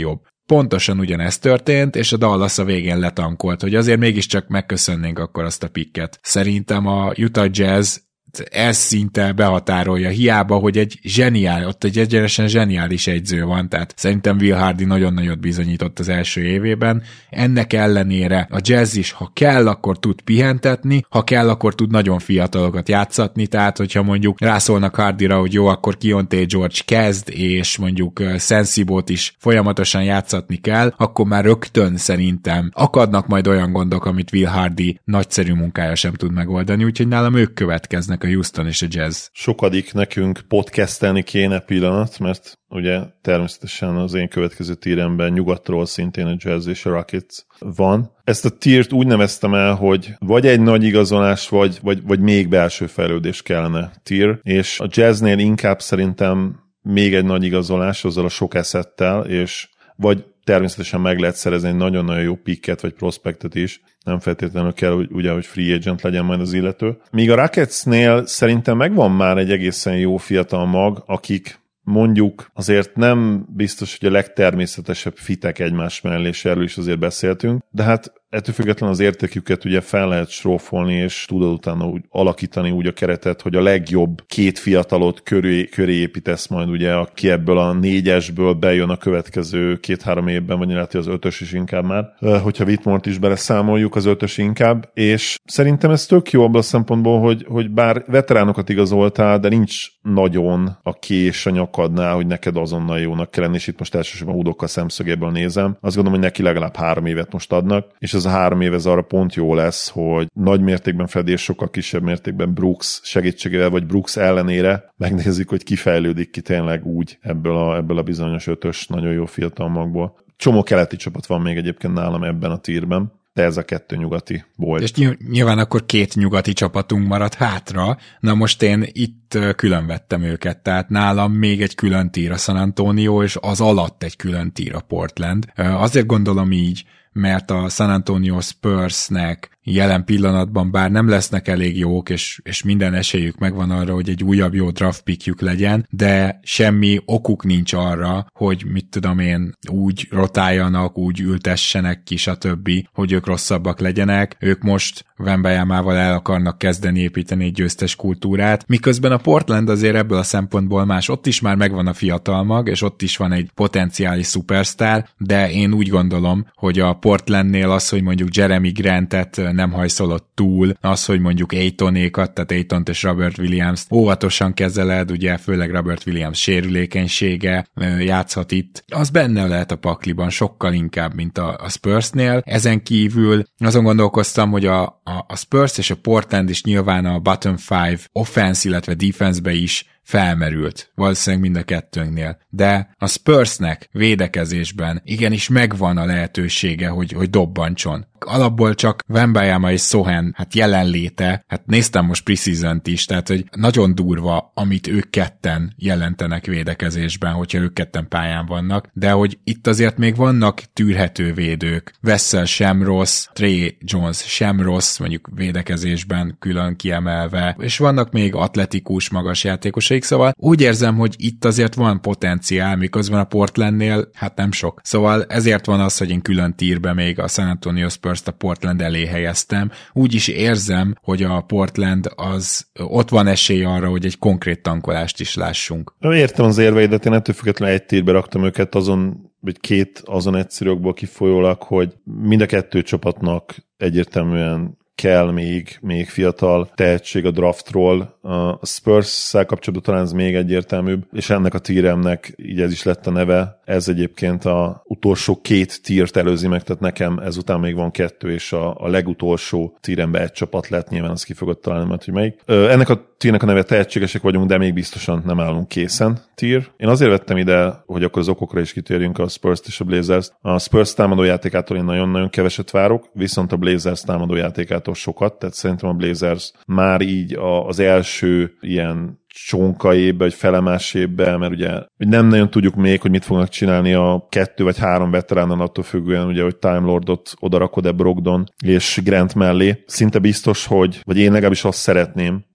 pontosan ugyanezt történt, és a Dallas a végén letankolt, hogy azért mégiscsak megköszönnénk akkor azt a picket. Szerintem a Utah Jazz ez szinte behatárolja, hiába, hogy egy zseniál, ott egy egyenesen zseniális egyző van, tehát szerintem Will Hardy nagyon nagyot bizonyított az első évében. Ennek ellenére a Jazz is, ha kell, akkor tud pihentetni, ha kell, akkor tud nagyon fiatalokat játszatni, tehát hogyha mondjuk rászólnak Hardyra, hogy jó, akkor Keontae George kezd, és mondjuk Sensibót is folyamatosan játszatni kell, akkor már rögtön szerintem akadnak majd olyan gondok, amit Will Hardy nagyszerű munkája sem tud megoldani, úgyhogy nálam ők következnek, a Houston és a Jazz. Sokadik nekünk podcastelni kéne pillanat, mert ugye természetesen az én következő tíremben nyugatról szintén a Jazz és a Rockets van. Ezt a tírt úgy neveztem el, hogy vagy egy nagy igazolás, vagy, vagy, vagy még belső fejlődés kellene tír, és a Jazznél inkább szerintem még egy nagy igazolás azzal a sok eszettel, és vagy természetesen meg lehet szerezni egy nagyon-nagyon jó picket vagy prospektet is, nem feltétlenül kell, hogy, ugye, hogy free agent legyen majd az illető. Míg a Rocketsnél szerintem megvan már egy egészen jó fiatal mag, akik mondjuk azért nem biztos, hogy a legtermészetesebb fitek egymás mellé, és erről is azért beszéltünk, de hát ettől függetlenül az értéküket ugye fel lehet strófolni, és tudod utána úgy alakítani úgy a keretet, hogy a legjobb két fiatalot köré, köré építesz majd ugye, aki ebből a négyesből bejön a következő két-három évben, vagy lehet, hogy az ötös is inkább már, hogyha Whitmore-t is beleszámoljuk, az ötös inkább, és szerintem ez tök jó abban a szempontból, hogy, hogy bár veteránokat igazoltál, de nincs nagyon a kés a nyakadnál, hogy neked azonnal jónak kell lenni, és itt most elsősorban Udoka szemszögéből nézem. Azt gondolom, hogy neki legalább három évet most adnak, és ez a három év ez arra pont jó lesz, hogy nagy mértékben Freddy és sokkal kisebb mértékben Brooks segítségével, vagy Brooks ellenére megnézzük, hogy kifejlődik ki tényleg úgy ebből a, ebből a bizonyos ötös nagyon jó fiatal magból. Csomó keleti csapat van még egyébként nálam ebben a tírben, de ez a kettő nyugati volt. És nyilván akkor két nyugati csapatunk maradt hátra, na most én itt külön vettem őket, tehát nálam még egy külön tír a San Antonio, és az alatt egy külön tír a Portland. Azért gondolom így, mert a San Antonio Spursnek jelen pillanatban bár nem lesznek elég jók, és, és minden esélyük megvan arra, hogy egy újabb jó draft pickjük legyen, de semmi okuk nincs arra, hogy mit tudom én, úgy rotáljanak, úgy ültessenek ki, stb., hogy ők rosszabbak legyenek. Ők most Wembanyamával el akarnak kezdeni építeni egy győztes kultúrát, miközben a Portland azért ebből a szempontból más. Ott is már megvan a fiatal mag, és ott is van egy potenciális szupersztár, de én úgy gondolom, hogy a Portlandnél az, hogy mondjuk Jeremy Grantet nem hajszolott túl, az, hogy mondjuk Aytonékat, tehát Aytont és Robert Williams-t óvatosan kezeled, ugye főleg Robert Williams sérülékenysége játszhat itt, az benne lehet a pakliban sokkal inkább, mint a, a Spursnél. Ezen kívül azon gondolkoztam, hogy a, a, a Spurs és a Portland is nyilván a bottom five offense, illetve defense-be is felmerült, valószínűleg mind a kettőnknél. De a Spursnek védekezésben igenis megvan a lehetősége, hogy, hogy dobbancson. Alapból csak Wembanyama és Sohan hát jelenléte, hát néztem most preseason-t is, tehát hogy nagyon durva, amit ők ketten jelentenek védekezésben, hogyha ők ketten pályán vannak, de hogy itt azért még vannak tűrhető védők. Vessel sem rossz, Trey Jones sem rossz, mondjuk védekezésben külön kiemelve, és vannak még atletikus, magas játékosaik, szóval úgy érzem, hogy itt azért van potenciál, miközben a Portlandnél hát nem sok. Szóval ezért van az, hogy én külön tírbe még a San Antonio Spurs a Portland elé helyeztem. Úgy is érzem, hogy a Portland az ott van esély arra, hogy egy konkrét tankolást is lássunk. Értem az érveidet, én ettől függetlenül egy térbe raktam őket azon, vagy két azon egyszerűkből kifolyólag, hogy mind a kettő csapatnak egyértelműen kell még, még fiatal tehetség a draftról. A Spurs-szel kapcsolatban talán ez még egyértelműbb, és ennek a tíremnek így ez is lett a neve. Ez egyébként a utolsó két tírt előzi meg, tehát nekem ezután még van kettő, és a, a legutolsó tírembe egy csapat lett, nyilván azt ki fogod találni, mert hogy melyik. Ennek a tírnek a neve tehetségesek vagyunk, de még biztosan nem állunk készen tír. Én azért vettem ide, hogy akkor az okokra is kitérjünk a Spurs-t és a Blazers-t. A Spurs támadójátékától én nagyon-nagyon keveset várok, viszont a Blazers támadójátékától sokat, tehát szerintem a Blazers már így az első ilyen csonkaébe, vagy felemásébe, mert ugye nem nagyon tudjuk még, hogy mit fognak csinálni a kettő vagy három veteránon, attól függően, ugye, hogy Time Lordot odarakod-e Brogdon és Grant mellé. Szinte biztos, hogy, vagy én legalábbis azt szeretném,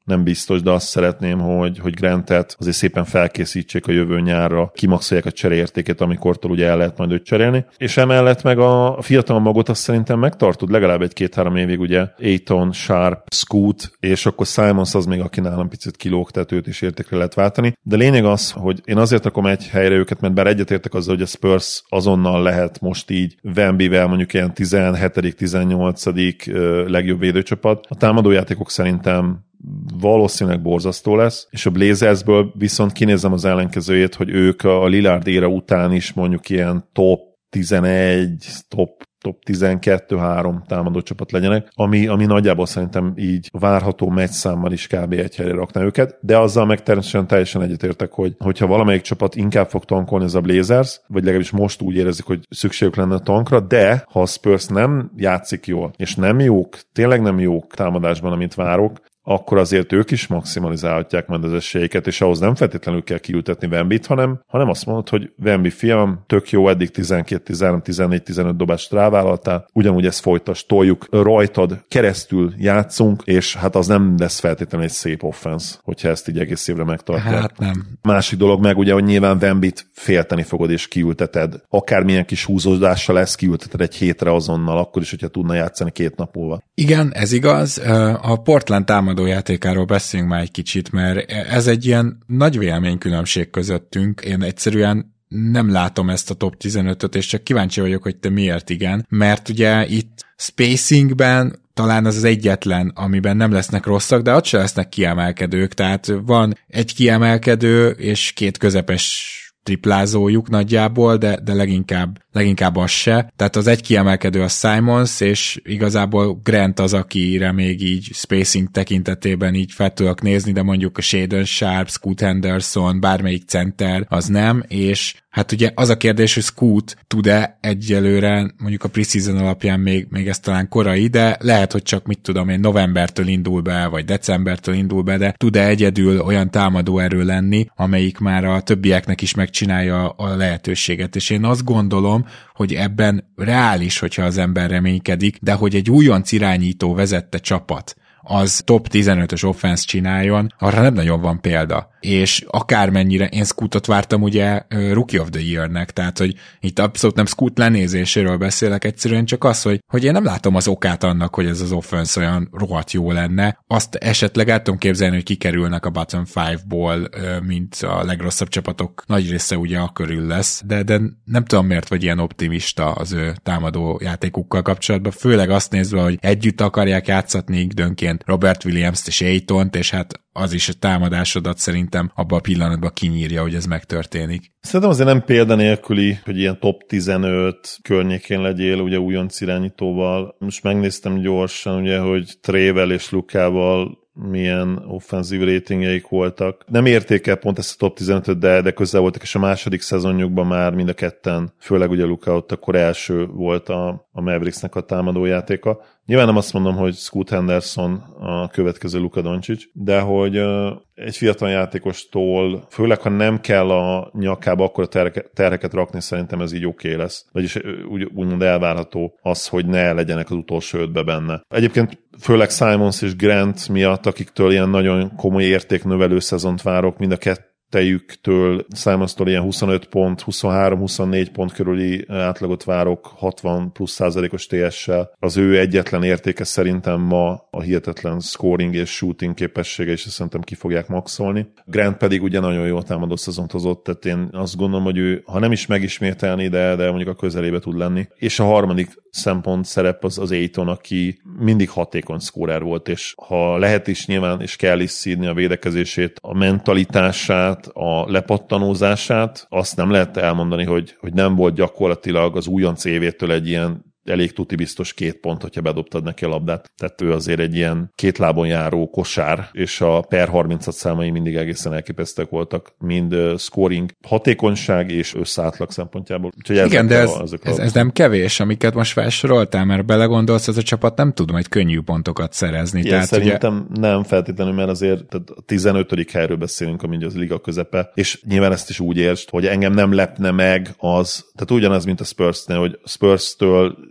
nem biztos, de azt szeretném, hogy, hogy Grantet azért szépen felkészítsék a jövő nyárra, kimaxolják a cseréértékét, amikortól ugye el lehet majd őt cserélni. És emellett meg a fiatal magot azt szerintem megtartod legalább egy-két-három évig, ugye Ayton, Sharp, Scoot, és akkor Simons az még, aki nálam picit kilóg, tehát őt is értékre lehet váltani. De lényeg az, hogy én azért rakom egy helyre őket, mert bár egyetértek azzal, hogy a Spurs azonnal lehet most így Wembyvel mondjuk ilyen tizenhetedik tizennyolcadik legjobb védőcsapat. A támadójátékok szerintem valószínűleg borzasztó lesz, és a Blazersből viszont kinézem az ellenkezőjét, hogy ők a Lillard éra után is mondjuk ilyen top tizenegy, top top tizenkettő három támadó csapat legyenek, ami, ami nagyjából szerintem így várható meccsszámmal is kb. Egy helyre rakná őket, de azzal meg természetesen teljesen egyetértek, hogy hogyha valamelyik csapat inkább fog tankolni, ez a Blazers, vagy legalábbis most úgy érezik, hogy szükségük lenne a tankra, de ha a Spurs nem játszik jól, és nem jók, tényleg nem jók támadásban, amit várok, akkor azért ők is maximalizálhatják majd az esélyeket, és ahhoz nem feltétlenül kell kiültetni Wembyt, hanem, hanem azt mondod, hogy Wemby fiam, tök jó, eddig tizenkét, tizenhárom, tizennégy, tizenöt dobást rávállaltál, ugyanúgy ezt folytas, toljuk, rajtad keresztül játszunk, és hát az nem lesz feltétlenül egy szép offense, hogyha ezt így egész évre megtartják. Hát nem. Másik dolog meg ugye, hogy nyilván Wembyt félteni fogod és kiülteted. Akármilyen kis húzódással lesz, kiülteted egy hétre azonnal, akkor is, hogyha tudna játszani két nap múlva. Igen, ez igaz. A Portland támad játékáról beszéljünk már egy kicsit, mert ez egy ilyen nagy véleménykülönbség közöttünk. Én egyszerűen nem látom ezt a top tizenötöt, és csak kíváncsi vagyok, hogy te miért igen, mert ugye itt spacingben talán az az egyetlen, amiben nem lesznek rosszak, de ott se lesznek kiemelkedők, tehát van egy kiemelkedő és két közepes triplázójuk nagyjából, de, de leginkább, leginkább az se. Tehát az egy kiemelkedő a Simons, és igazából Grant az, akire még így spacing tekintetében így fel tudok nézni, de mondjuk a Shaden Sharp, Scoot Henderson, bármelyik center, az nem, és hát ugye az a kérdés, hogy Scoot tud-e egyelőre, mondjuk a preseason alapján még, még ez talán korai, de lehet, hogy csak mit tudom én, novembertől indul be, vagy decembertől indul be, de tud-e egyedül olyan támadó erő lenni, amelyik már a többieknek is megcsinálja a lehetőséget. És én azt gondolom, hogy ebben reális, hogyha az ember reménykedik, de hogy egy újonc irányító vezette csapat, az top tizenötös offense csináljon, arra nem nagyon van példa. És akármennyire én Scootot vártam ugye Rookie of the Year-nek, tehát hogy itt abszolút nem Scoot lenézéséről beszélek, egyszerűen csak az, hogy, hogy én nem látom az okát annak, hogy ez az offense olyan rohadt jó lenne. Azt esetleg el tudom képzelni, hogy kikerülnek a bottom five-ból, mint a legrosszabb csapatok nagy része ugye a körül lesz, de, de nem tudom miért vagy ilyen optimista az ő támadó játékukkal kapcsolatban, főleg azt nézve, hogy együtt akarják játszatni időnként Robert Williams-t és Aytont, és hát az is a támadásodat szerintem abban a pillanatban kinyírja, hogy ez megtörténik. Szerintem azért nem példanélküli, hogy ilyen top tizenöt környékén legyél, ugye újonc irányítóval. Most megnéztem gyorsan, ugye, hogy Trével és Lukával milyen offenzív ratingjeik voltak. Nem érték el pont ezt a top tizenötöt, de, de közel voltak, és a második szezonjukban már mind a ketten, főleg ugye Luka ott akkor első volt a, a Mavericksnek a támadójátéka. Nyilván nem azt mondom, hogy Scoot Henderson a következő Luka Doncic, de hogy uh, egy fiatal játékostól, főleg ha nem kell a nyakába akkor a terheket rakni, szerintem ez így oké okay lesz. Vagyis úgy, úgymond elvárható az, hogy ne legyenek az utolsó ötbe benne. Egyébként főleg Simons és Grant miatt, akiktől ilyen nagyon komoly értéknövelő szezont várok, mind a kettő tejüktől, Simonstól ilyen huszonöt pont, huszonhárom huszonnégy pont körüli átlagot várok, hatvan plusz százalékos té es-sel. Az ő egyetlen értéke szerintem ma a hihetetlen scoring és shooting képessége, és szerintem ki fogják maxolni. Grant pedig ugye nagyon jó támadó szezont hozott, tehát én azt gondolom, hogy ő, ha nem is megismételni, de, de mondjuk a közelébe tud lenni. És a harmadik szempont szerep az az Ayton, aki mindig hatékony scorer volt, és ha lehet is nyilván, és kell is szídni a védekezését, a mentalitását, a lepattanózását, azt nem lehet elmondani, hogy, hogy nem volt gyakorlatilag az újonc évétől egy ilyen elég tuti biztos két pont, hogyha bedobtad neki a labdát. Tehát ő azért egy ilyen két lábon járó kosár, és a per harmincat számai mindig egészen elképesztőek voltak, mind uh, scoring, hatékonyság és összeátlag szempontjából. Úgyhogy igen, de ez, a, ez, ez nem kevés, amiket most felsoroltál, mert belegondolsz, ez a csapat nem tud majd könnyű pontokat szerezni. Igen, tehát szerintem ugye... nem feltétlenül, mert azért tehát a tizenötödik helyről beszélünk, ami az liga közepe, és nyilván ezt is úgy értsd, hogy engem nem lepne meg az, tehát ugyanaz, mint a Spurs-nél, hogy Spurs-től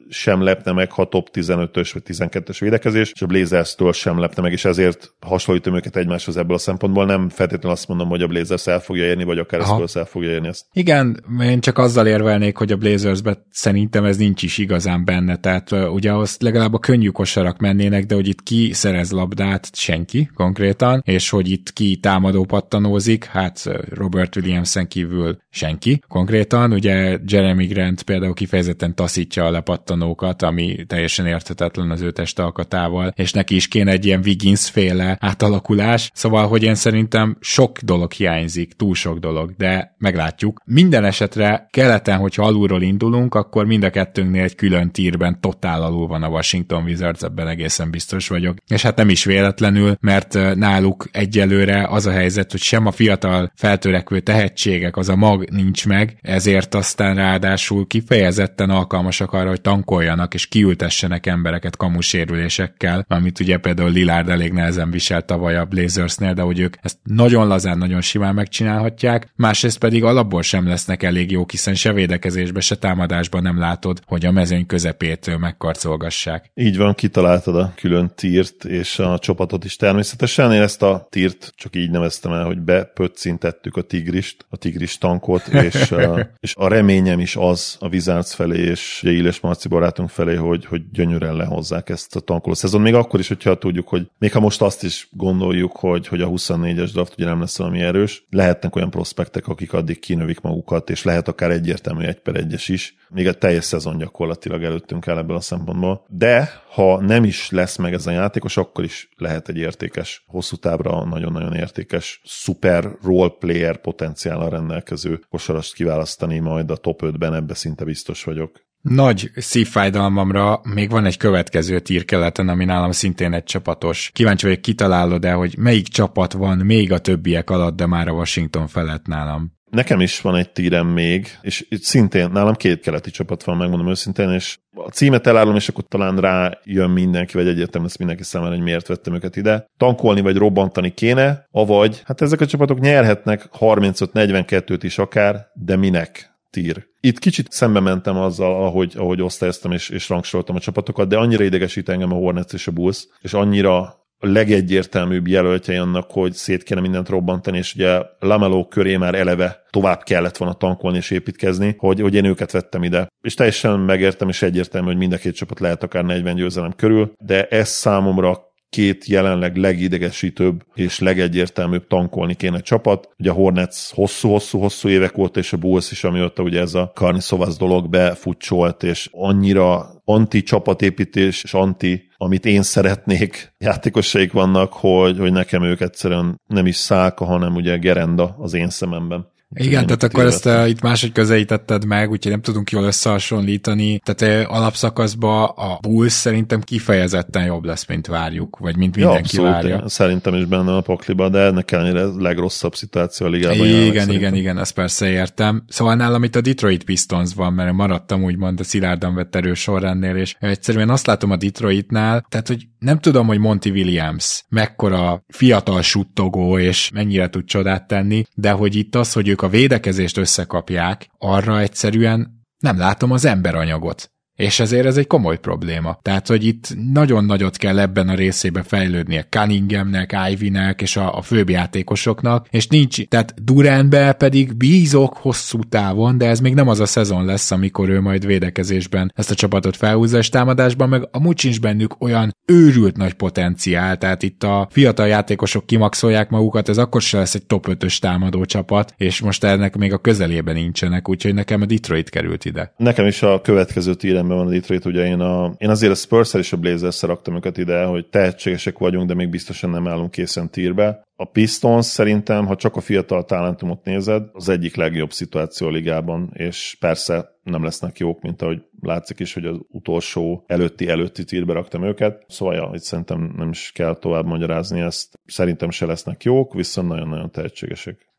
sem lepne meg, ha top tizenötös vagy tizenkettes védekezés, és a Blazers-től sem lepne meg, és ezért hasonlítom őket egymáshoz ebből a szempontból. Nem feltétlenül azt mondom, hogy a Blazers el fogja érni, vagy akár a Spurs el fogja érni ezt. Igen, én csak azzal érvelnék, hogy a Blazersben szerintem ez nincs is igazán benne, tehát uh, ugye ahhoz legalább a könnyű kosarak mennének, de hogy itt ki szerez labdát, senki konkrétan, és hogy itt ki támadó pattanózik, hát Robert Williamson kívül senki konkrétan, ugye Jeremy Grant például kifejezetten taszítja a lepattanókat, ami teljesen érthetetlen az ő testalkatával, és neki is kéne egy ilyen Wiggins-féle átalakulás, szóval, hogy én szerintem sok dolog hiányzik, túl sok dolog, de meglátjuk. Minden esetre keleten, hogyha alulról indulunk, akkor mind a kettőnknél egy külön tírben totál alul van a Washington Wizards, ebben egészen biztos vagyok. És hát nem is véletlenül, mert náluk egyelőre az a helyzet, hogy sem a fiatal feltörekvő tehetségek, az a mag nincs meg, ezért aztán ráadásul kifejezetten alkalmasak arra, hogy tankoljanak és kiültessenek embereket kamusérülésekkel, amit ugye például Lillard elég nehezen visel tavaly a Blazersnél, de hogy ők ezt nagyon lazán, nagyon simán megcsinálhatják, másrészt pedig alapból sem lesznek elég jók, hiszen se védekezésben, se támadásban nem látod, hogy a mezőny közepét megkarcolgassák. Így van, kitaláltad a külön tírt és a csapatot is természetesen. Én ezt a tírt csak így neveztem el, hogy bepöccintettük a tigrist, a tigris tankot, és, a, és a reményem is az a Wizards felé, és Éles Marci barátunk felé, hogy, hogy gyönyörűen lehozzák ezt a tankoló szezon. Még akkor is, hogyha tudjuk, hogy még ha most azt is gondoljuk, hogy, hogy a huszonnégyes draft ugye nem lesz valami erős, lehetnek olyan prospektek, akik addig kinövik magukat, és lehet akár egyértelmű egy per egyes is. Még a teljes szezon gyakorlatilag előttünk el ebből a szempontból. De ha nem is lesz meg ez a játékos, akkor is lehet egy értékes, hosszú távra nagyon-nagyon értékes, szuper role player potenciállal rendelkező kosarast kiválasztani majd a top ötben, ebbe szinte biztos vagyok. Nagy szívfájdalmamra még van egy következő tír keleten, ami nálam szintén egy csapatos. Kíváncsi vagyok, kitalálod-e, hogy melyik csapat van még a többiek alatt, de már a Washington felett nálam. Nekem is van egy tírem még, és itt szintén nálam két keleti csapat van, megmondom őszintén, és a címet elárulom, és akkor talán rájön mindenki, vagy egyértelmű lesz mindenki számára, hogy miért vettem őket ide. Tankolni vagy robbantani kéne, avagy hát ezek a csapatok nyerhetnek harmincöt negyvenkettőt is akár, de minek? Tír. Itt kicsit szembe mentem azzal, ahogy, ahogy osztályoztam és, és rangsoroltam a csapatokat, de annyira idegesít engem a Hornets és a Bulls, és annyira a legegyértelműbb jelöltje annak, hogy szét kéne mindent robbantani, és ugye LaMelo köré már eleve tovább kellett volna tankolni és építkezni, hogy, hogy én őket vettem ide. És teljesen megértem, és egyértelmű, hogy mind a két csapat lehet akár negyven győzelem körül, de ez számomra két jelenleg legidegesítőbb és legegyértelműbb tankolni kéne csapat. Ugye a Hornets hosszú-hosszú-hosszú évek óta, és a Bulls is, amióta ugye ez a Karni Szovaz dolog befutcsolt, és annyira anti-csapatépítés és anti, amit én szeretnék játékosaik vannak, hogy, hogy nekem ők egyszerűen nem is Szálka, hanem ugye Gerenda az én szememben. Igen, tehát akkor ezt uh, itt máshogy közelítetted meg, úgyhogy nem tudunk jól összehasonlítani. Tehát uh, alapszakaszban a Bulls szerintem kifejezetten jobb lesz, mint várjuk, vagy mint mindenki ja, várja. Én szerintem is benne a pakliba, de ennek ellenére a legrosszabb szituáció a ligában. Igen, igen, igen, igen, ezt persze értem. Szóval nálam itt a Detroit Pistons van, mert maradtam úgymond a szilárdan vett erős sorrendnél, és egyszerűen azt látom a Detroitnál, tehát hogy nem tudom, hogy Monty Williams mekkora fiatal suttogó, és mennyire tud csodát tenni, de hogy itt az, hogy ők a védekezést összekapják, arra egyszerűen nem látom az emberanyagot. És ezért ez egy komoly probléma. Tehát, hogy itt nagyon nagyot kell ebben a részébe fejlődnie Cunninghamnek, Ivynek és a, a főbb játékosoknak, és nincs, tehát Durantbe pedig bízok hosszú távon, de ez még nem az a szezon lesz, amikor ő majd védekezésben ezt a csapatot felhúzza, és támadásban meg amúgy sincs bennük olyan őrült nagy potenciál, tehát itt a fiatal játékosok kimaxolják magukat, ez akkor se lesz egy top ötös támadó csapat, és most ennek még a közelében nincsenek, úgyhogy nekem a Detroit került ide. Nekem is a következő tírem van a Detroit, ugye én, a, én azért a Spurs-szel és a Blazers-szel raktam őket ide, hogy tehetségesek vagyunk, de még biztosan nem állunk készen tírbe. A Pistons szerintem, ha csak a fiatal talentumot nézed, az egyik legjobb szituáció a ligában, és persze nem lesznek jók, mint ahogy látszik is, hogy az utolsó előtti előtti tírbe raktam őket. Szóval ja, itt szerintem nem is kell tovább magyarázni ezt. Szerintem se lesznek jók, viszont nagyon-nagyon tehetségesek.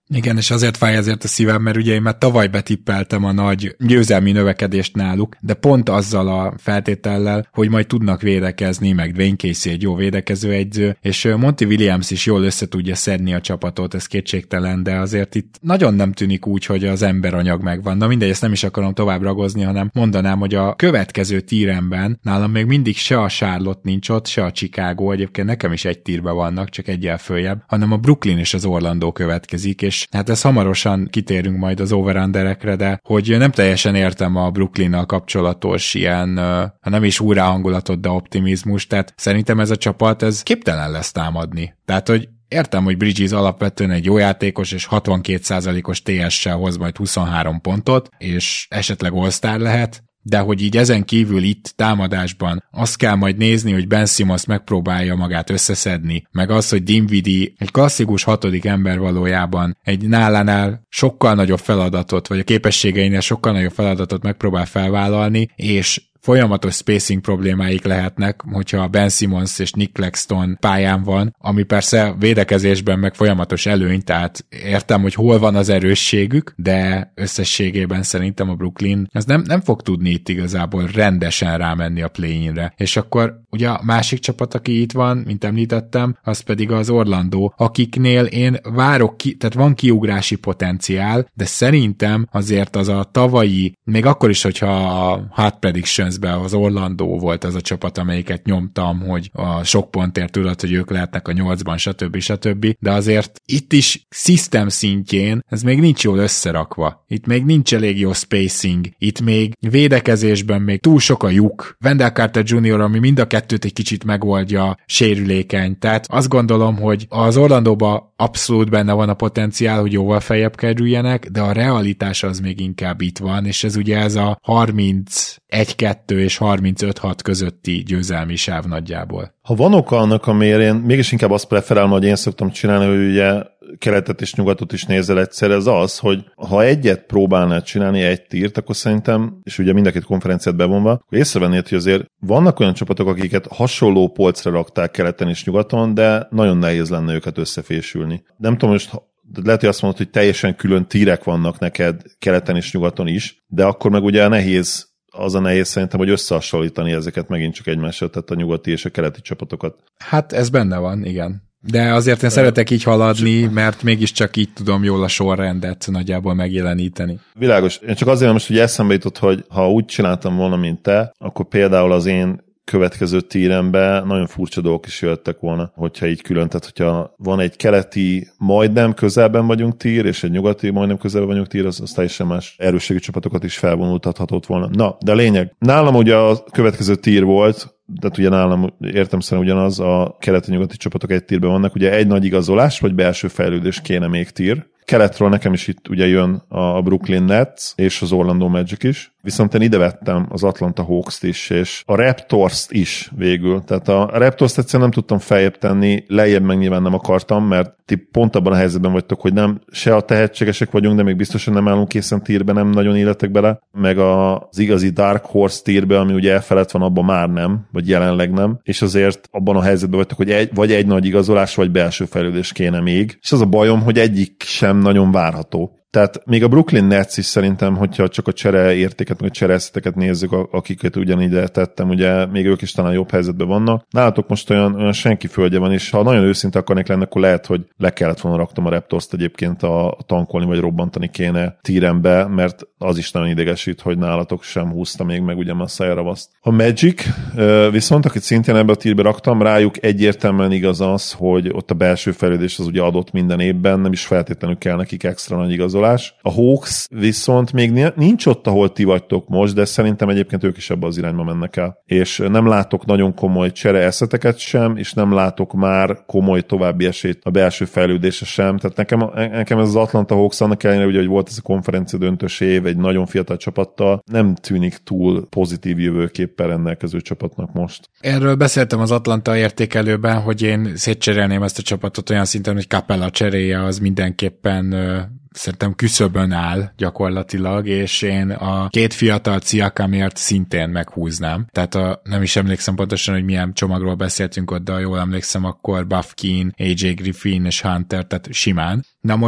Igen, és azért fáj ezért a szívem, mert ugye én már tavaly betippeltem a nagy győzelmi növekedést náluk, de pont azzal a feltétellel, hogy majd tudnak védekezni, meg Dwayne Casey egy jó védekező egyző, és Monty Williams is jól össze tudja szedni a csapatot, ez kétségtelen, de azért itt nagyon nem tűnik úgy, hogy az emberanyag megvan. Na mindegy, ezt nem is akarom tovább ragozni, hanem mondanám, hogy a következő tíremben nálam még mindig se a Charlotte nincs ott, se a Chicago, egyébként nekem is egy tírben vannak, csak egyel följebb, hanem a Brooklyn és az Orlando következik, és hát ez hamarosan kitérünk majd az over-underekre, de hogy nem teljesen értem a Brooklynnal kapcsolatos ilyen, ha nem is hurrá hangulatot, de optimizmus, tehát szerintem ez a csapat, ez képtelen lesz támadni. Tehát, hogy értem, hogy Bridges alapvetően egy jó játékos, és hatvankét százalékos té es-sel hoz majd huszonhárom pontot, és esetleg all-star lehet, de hogy így ezen kívül itt támadásban azt kell majd nézni, hogy Ben Simmons megpróbálja magát összeszedni, meg az, hogy Dinwiddie egy klasszikus hatodik ember valójában egy nálánál sokkal nagyobb feladatot, vagy a képességeinél sokkal nagyobb feladatot megpróbál felvállalni, és folyamatos spacing problémáik lehetnek, hogyha Ben Simmons és Nick Claxton pályán van, ami persze védekezésben meg folyamatos előny, tehát értem, hogy hol van az erősségük, de összességében szerintem a Brooklyn az nem, nem fog tudni itt igazából rendesen rámenni a play-inre. És akkor ugye a másik csapat, aki itt van, mint említettem, az pedig az Orlando, akiknél én várok ki, tehát van kiugrási potenciál, de szerintem azért az a tavalyi, még akkor is, hogyha a Hot Predictions az Orlando volt az a csapat, amelyiket nyomtam, hogy a sok pontért tudod, hogy ők lehetnek a nyolcban, stb. stb. De azért itt is system szintjén ez még nincs jól összerakva. Itt még nincs elég jó spacing. Itt még védekezésben még túl sok a lyuk. Wendell Carter junior, ami mind a kettőt egy kicsit megoldja, sérülékeny. Tehát azt gondolom, hogy az Orlandóban abszolút benne van a potenciál, hogy jóval feljebb kerüljenek, de a realitás az még inkább itt van, és ez ugye ez a harmincegy kettő és harmincöt hat közötti győzelmi sáv nagyjából. Ha van oka annak, amiért én mégis inkább azt preferálom, hogy én szoktam csinálni, hogy ugye keletet és nyugatot is nézel egyszer, ez az, hogy ha egyet próbálnád csinálni, egy tírt, akkor szerintem, és ugye mind a két konferenciát bevonva, akkor észrevennéd, hogy azért vannak olyan csapatok, akiket hasonló polcra rakták keleten és nyugaton, de nagyon nehéz lenne őket összefésülni. Nem tudom, most lehet, hogy azt mondod, hogy teljesen külön tírek vannak neked keleten és nyugaton is, de akkor meg ugye nehéz az a nehéz szerintem, hogy összehasonlítani ezeket megint csak egymással, tehát a nyugati és a keleti csapatokat. Hát ez benne van, igen. De azért én szeretek így haladni, mert mégiscsak így tudom jól a sorrendet nagyjából megjeleníteni. Világos. Én csak azért most ugye eszembe jutott, hogy ha úgy csináltam volna, mint te, akkor például az én következő tírembe nagyon furcsa dolgok is jöttek volna, hogyha így külön, tehát hogyha van egy keleti, majdnem közelben vagyunk tír, és egy nyugati, majdnem közelben vagyunk tír, az, az teljesen más erősségű csapatokat is felvonultathatott volna. Na, de a lényeg, nálam ugye a következő tír volt, tehát ugye nálam értem szerint ugyanaz, a keleti-nyugati csapatok egy tírben vannak, ugye egy nagy igazolás, vagy belső fejlődés kéne még tír. Keletről nekem is itt ugye jön a Brooklyn Nets és az Orlando Magic is, viszont én ide vettem az Atlanta Hawks-t is, és a Raptors-t is végül. Tehát a Raptors-t egyszerűen nem tudtam feljebb tenni, lejjebb meg nyilván nem akartam, mert ti pont abban a helyzetben vagytok, hogy nem se a tehetségesek vagyunk, de még biztosan nem állunk készen tírbe, nem nagyon életek bele, meg az igazi Dark Horse tírbe, ami ugye elfelett van, abban már nem, vagy jelenleg nem, és azért abban a helyzetben vagytok, hogy egy, vagy egy nagy igazolás, vagy belső fejlődés kéne még. És az a bajom, hogy egyik sem nagyon várható. Tehát még a Brooklyn Nets is szerintem, hogyha csak a csere értéket, meg a csereszeteket nézzük, akiket ugyanígy tettem, ugye még ők is talán jobb helyzetben vannak. Nálatok most olyan, olyan senki földje van, és ha nagyon őszinte akarnék lenni, akkor lehet, hogy le kellett volna raktam a Raptors-t egyébként a tankolni, vagy robbantani kéne tírembe, mert az is nagyon idegesít, hogy nálatok sem húzta még meg ugye Masai Ravaszt. A Magic viszont, akit szintén ebbe a tírbe raktam, rájuk egyértelműen igaz az, hogy ott a belső fejlődés az ugye adott minden évben, nem is feltétlenül kell nekik extra nagy igazolás. A Hawks viszont még nincs ott, ahol ti vagytok most, de szerintem egyébként ők is ebbe az irányba mennek el. És nem látok nagyon komoly csere eszeteket sem, és nem látok már komoly további esélyt a belső fejlődése sem. Tehát nekem, nekem ez az Atlanta Hawks, annak ellenére, ugye, hogy volt ez a konferencia döntős év egy nagyon fiatal csapattal, nem tűnik túl pozitív jövőképpel rendelkező csapatnak most. Erről beszéltem az Atlanta értékelőben, hogy én szétcserélném ezt a csapatot olyan szinten, hogy Capella cseréje az mindenképpen szerintem küszöbön áll gyakorlatilag, és én a két fiatal Siakamért szintén meghúznám. Tehát a, nem is emlékszem pontosan, hogy milyen csomagról beszéltünk ott, de jól emlékszem, akkor Buff Keane, á jé Griffin és Hunter, tehát simán. Na most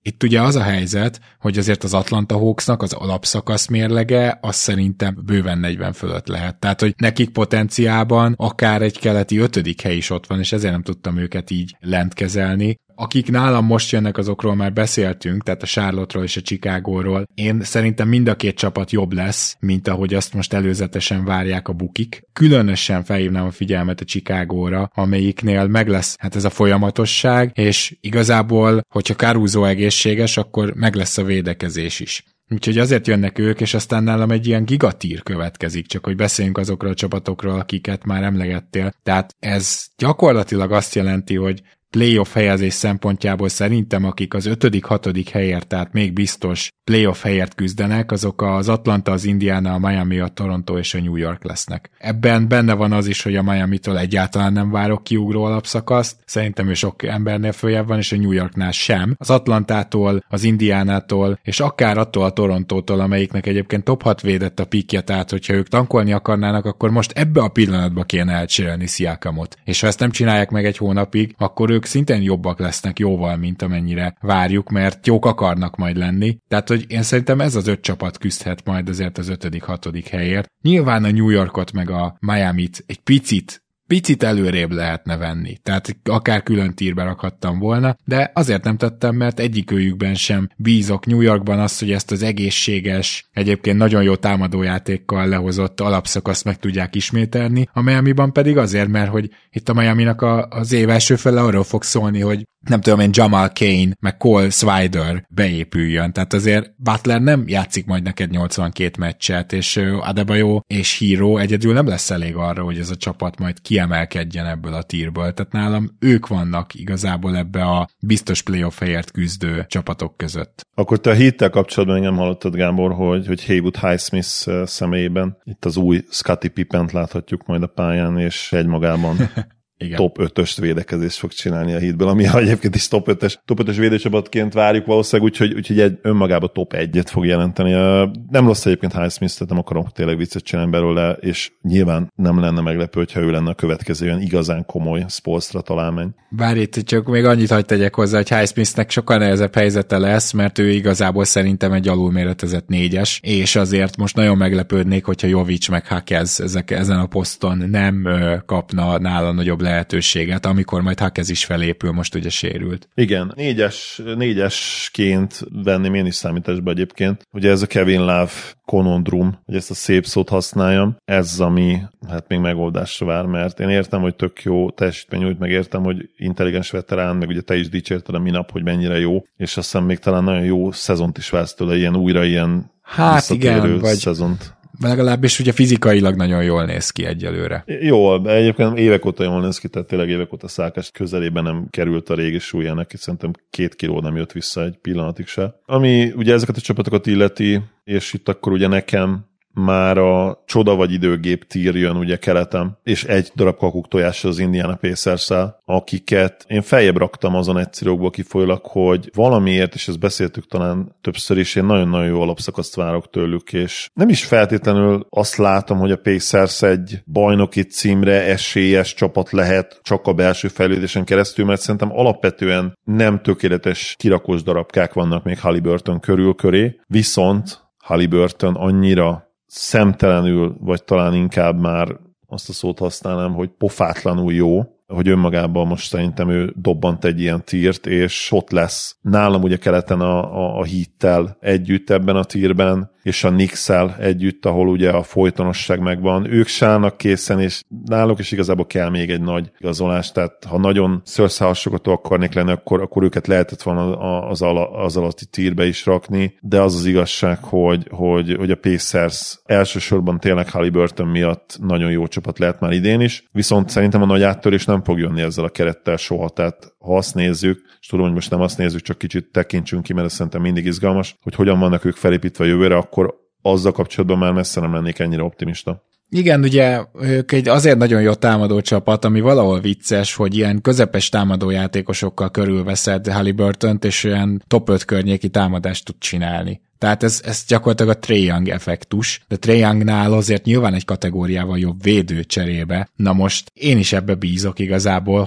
Itt ugye az a helyzet, hogy azért az Atlanta Hawksnak az alapszakasz mérlege az szerintem bőven negyven fölött lehet. Tehát, hogy nekik potenciálban akár egy keleti ötödik hely is ott van, és ezért nem tudtam őket így lent kezelni. Akik nálam most jönnek, azokról már beszéltünk, tehát a Charlotte-ról és a Chicagóról. Én szerintem mind a két csapat jobb lesz, mint ahogy azt most előzetesen várják a bukik. Különösen felhívnám a figyelmet a Chicagóra, amelyiknél meg lesz hát ez a folyamatosság, és igazából, hogyha Caruso egészséges, akkor meg lesz a védekezés is. Úgyhogy azért jönnek ők, és aztán nálam egy ilyen gigatír következik, csak hogy beszéljünk azokról a csapatokról, akiket már emlegettél. Tehát ez gyakorlatilag azt jelenti, hogy playoff helyezés szempontjából szerintem, akik az ötödik, hatodik helyért, tehát még biztos playoff helyért küzdenek, azok az Atlanta, az Indiana, a Miami, a Toronto és a New York lesznek. Ebben benne van az is, hogy a Miamitől egyáltalán nem várok kiugró alapszakaszt, szerintem ő sok embernél följebb van, és a New Yorknál sem. Az Atlantától, az Indiánától, és akár attól a Torontótól, amelyiknek egyébként top hat védett a pikje, tehát hogyha ők tankolni akarnának, akkor most ebbe a pillanatban kéne elcserélni Siakamot. És ha ezt nem csinálják meg egy hónapig, akkor ők szintén jobbak lesznek jóval, mint amennyire várjuk, mert jók akarnak majd lenni. Tehát, hogy én szerintem ez az öt csapat küzdhet majd azért az ötödik, hatodik helyért. Nyilván a New Yorkot meg a Miamit egy picit picit előrébb lehetne venni, tehát akár külön tírbe rakhattam volna, de azért nem tettem, mert egyikőjükben sem bízok New Yorkban azt, hogy ezt az egészséges, egyébként nagyon jó támadójátékkal lehozott alapszakaszt meg tudják ismételni, a Miamiban pedig azért, mert hogy itt a Miaminak a, az év első fele arról fog szólni, hogy nem tudom én, Jamal Cain, meg Cole Swider beépüljön. Tehát azért Butler nem játszik majd neked nyolcvankét meccset, és Adebayo és Hero egyedül nem lesz elég arra, hogy ez a csapat majd kiemelkedjen ebből a tírből. Tehát nálam ők vannak igazából ebbe a biztos playoff helyért küzdő csapatok között. Akkor te a Heattel kapcsolatban engem hallottad, Gábor, hogy, hogy Haywood Highsmith személyében itt az új Scottie Pippent láthatjuk majd a pályán, és egymagában igen. top ötös védekezést fog csinálni a Heatből, ami egyébként is top ötös, top ötös védőcsapatként várjuk valószínűleg, úgyhogy, úgyhogy egy, önmagában top egyet fog jelenteni. Nem rossz egyébként Highsmith, tehát nem akarom tényleg viccet csinálni belőle, és nyilván nem lenne meglepő, hogyha ő lenne a következő olyan igazán komoly Spoelstra találmány. Bár itt csak még annyit hagy tegyek hozzá, hogy Highsmithnek sokkal nehezebb helyzete lesz, mert ő igazából szerintem egy alulméretezett négyes, és azért most nagyon meglepődnék, hogyha Jovic meg Hakez ezek, ezen a poszton nem ö, kapna nála nagyobb lehetőséget, amikor majd Hakez is felépül, most ugye sérült. Igen, négyes, négyesként venném én is számításba egyébként. Ugye ez a Kevin Love konondrum, hogy ezt a szép szót használjam, ez ami hát még megoldásra vár, mert én értem, hogy tök jó teljesítmény nyújt, meg értem, hogy intelligens veterán, meg ugye te is dicsérted a minap, hogy mennyire jó, és azt hiszem még talán nagyon jó szezont is vársz tőle, ilyen újra ilyen hát igen, vagy szezont. Legalábbis ugye fizikailag nagyon jól néz ki egyelőre. Jól, egyébként évek óta jól néz ki, tehát tényleg évek óta Szálkás közelében nem került a régi súlyának, és szerintem két kiló nem jött vissza egy pillanatig se. Ami ugye ezeket a csapatokat illeti, és itt akkor ugye nekem már a csoda vagy időgép tír jön ugye keleten, és egy darab kakuk tojással az Indiana Pacers-szel, akiket én feljebb raktam azon egyszerűkból kifolyólag, hogy valamiért, és ezt beszéltük talán többször is, én nagyon-nagyon jó alapszakaszt várok tőlük, és nem is feltétlenül azt látom, hogy a Pacers egy bajnoki címre esélyes csapat lehet csak a belső fejlődésen keresztül, mert szerintem alapvetően nem tökéletes kirakós darabkák vannak még Haliburton körül köré, viszont Haliburton annyira szemtelenül, vagy talán inkább már azt a szót használnám, hogy pofátlanul jó, hogy önmagában most szerintem ő dobbant egy ilyen tírt, és ott lesz nálam ugye keleten a, a, a Heattel együtt ebben a tírben, és a Knicksel együtt, ahol ugye a folytonosság megvan. Ők se állnak készen, és náluk is igazából kell még egy nagy igazolás, tehát ha nagyon szőrszálhasokat akarnék lenni, akkor, akkor őket lehetett volna az, az alatti tírbe is rakni, de az az igazság, hogy, hogy, hogy a Pacers elsősorban tényleg Haliburton miatt nagyon jó csapat lehet már idén is, viszont szerintem a nagy áttörés nem fog jönni ezzel a kerettel soha, tehát ha azt nézzük, és tudom, hogy most nem azt nézzük, csak kicsit tekintsünk ki, mert ez szerintem mindig izgalmas, hogy hogyan vannak ők felépítve a jövőre, akkor azzal kapcsolatban már messze nem lennék ennyire optimista. Igen, ugye ők egy azért nagyon jó támadó csapat, ami valahol vicces, hogy ilyen közepes támadójátékosokkal körülveszed Haliburtont, és olyan top öt környéki támadást tud csinálni. Tehát ez, ez gyakorlatilag a Trae Young effektus, de Trae Youngnál azért nyilván egy kategóriával jobb védő cserébe. Na most én is ebbe bízok igazából, hogy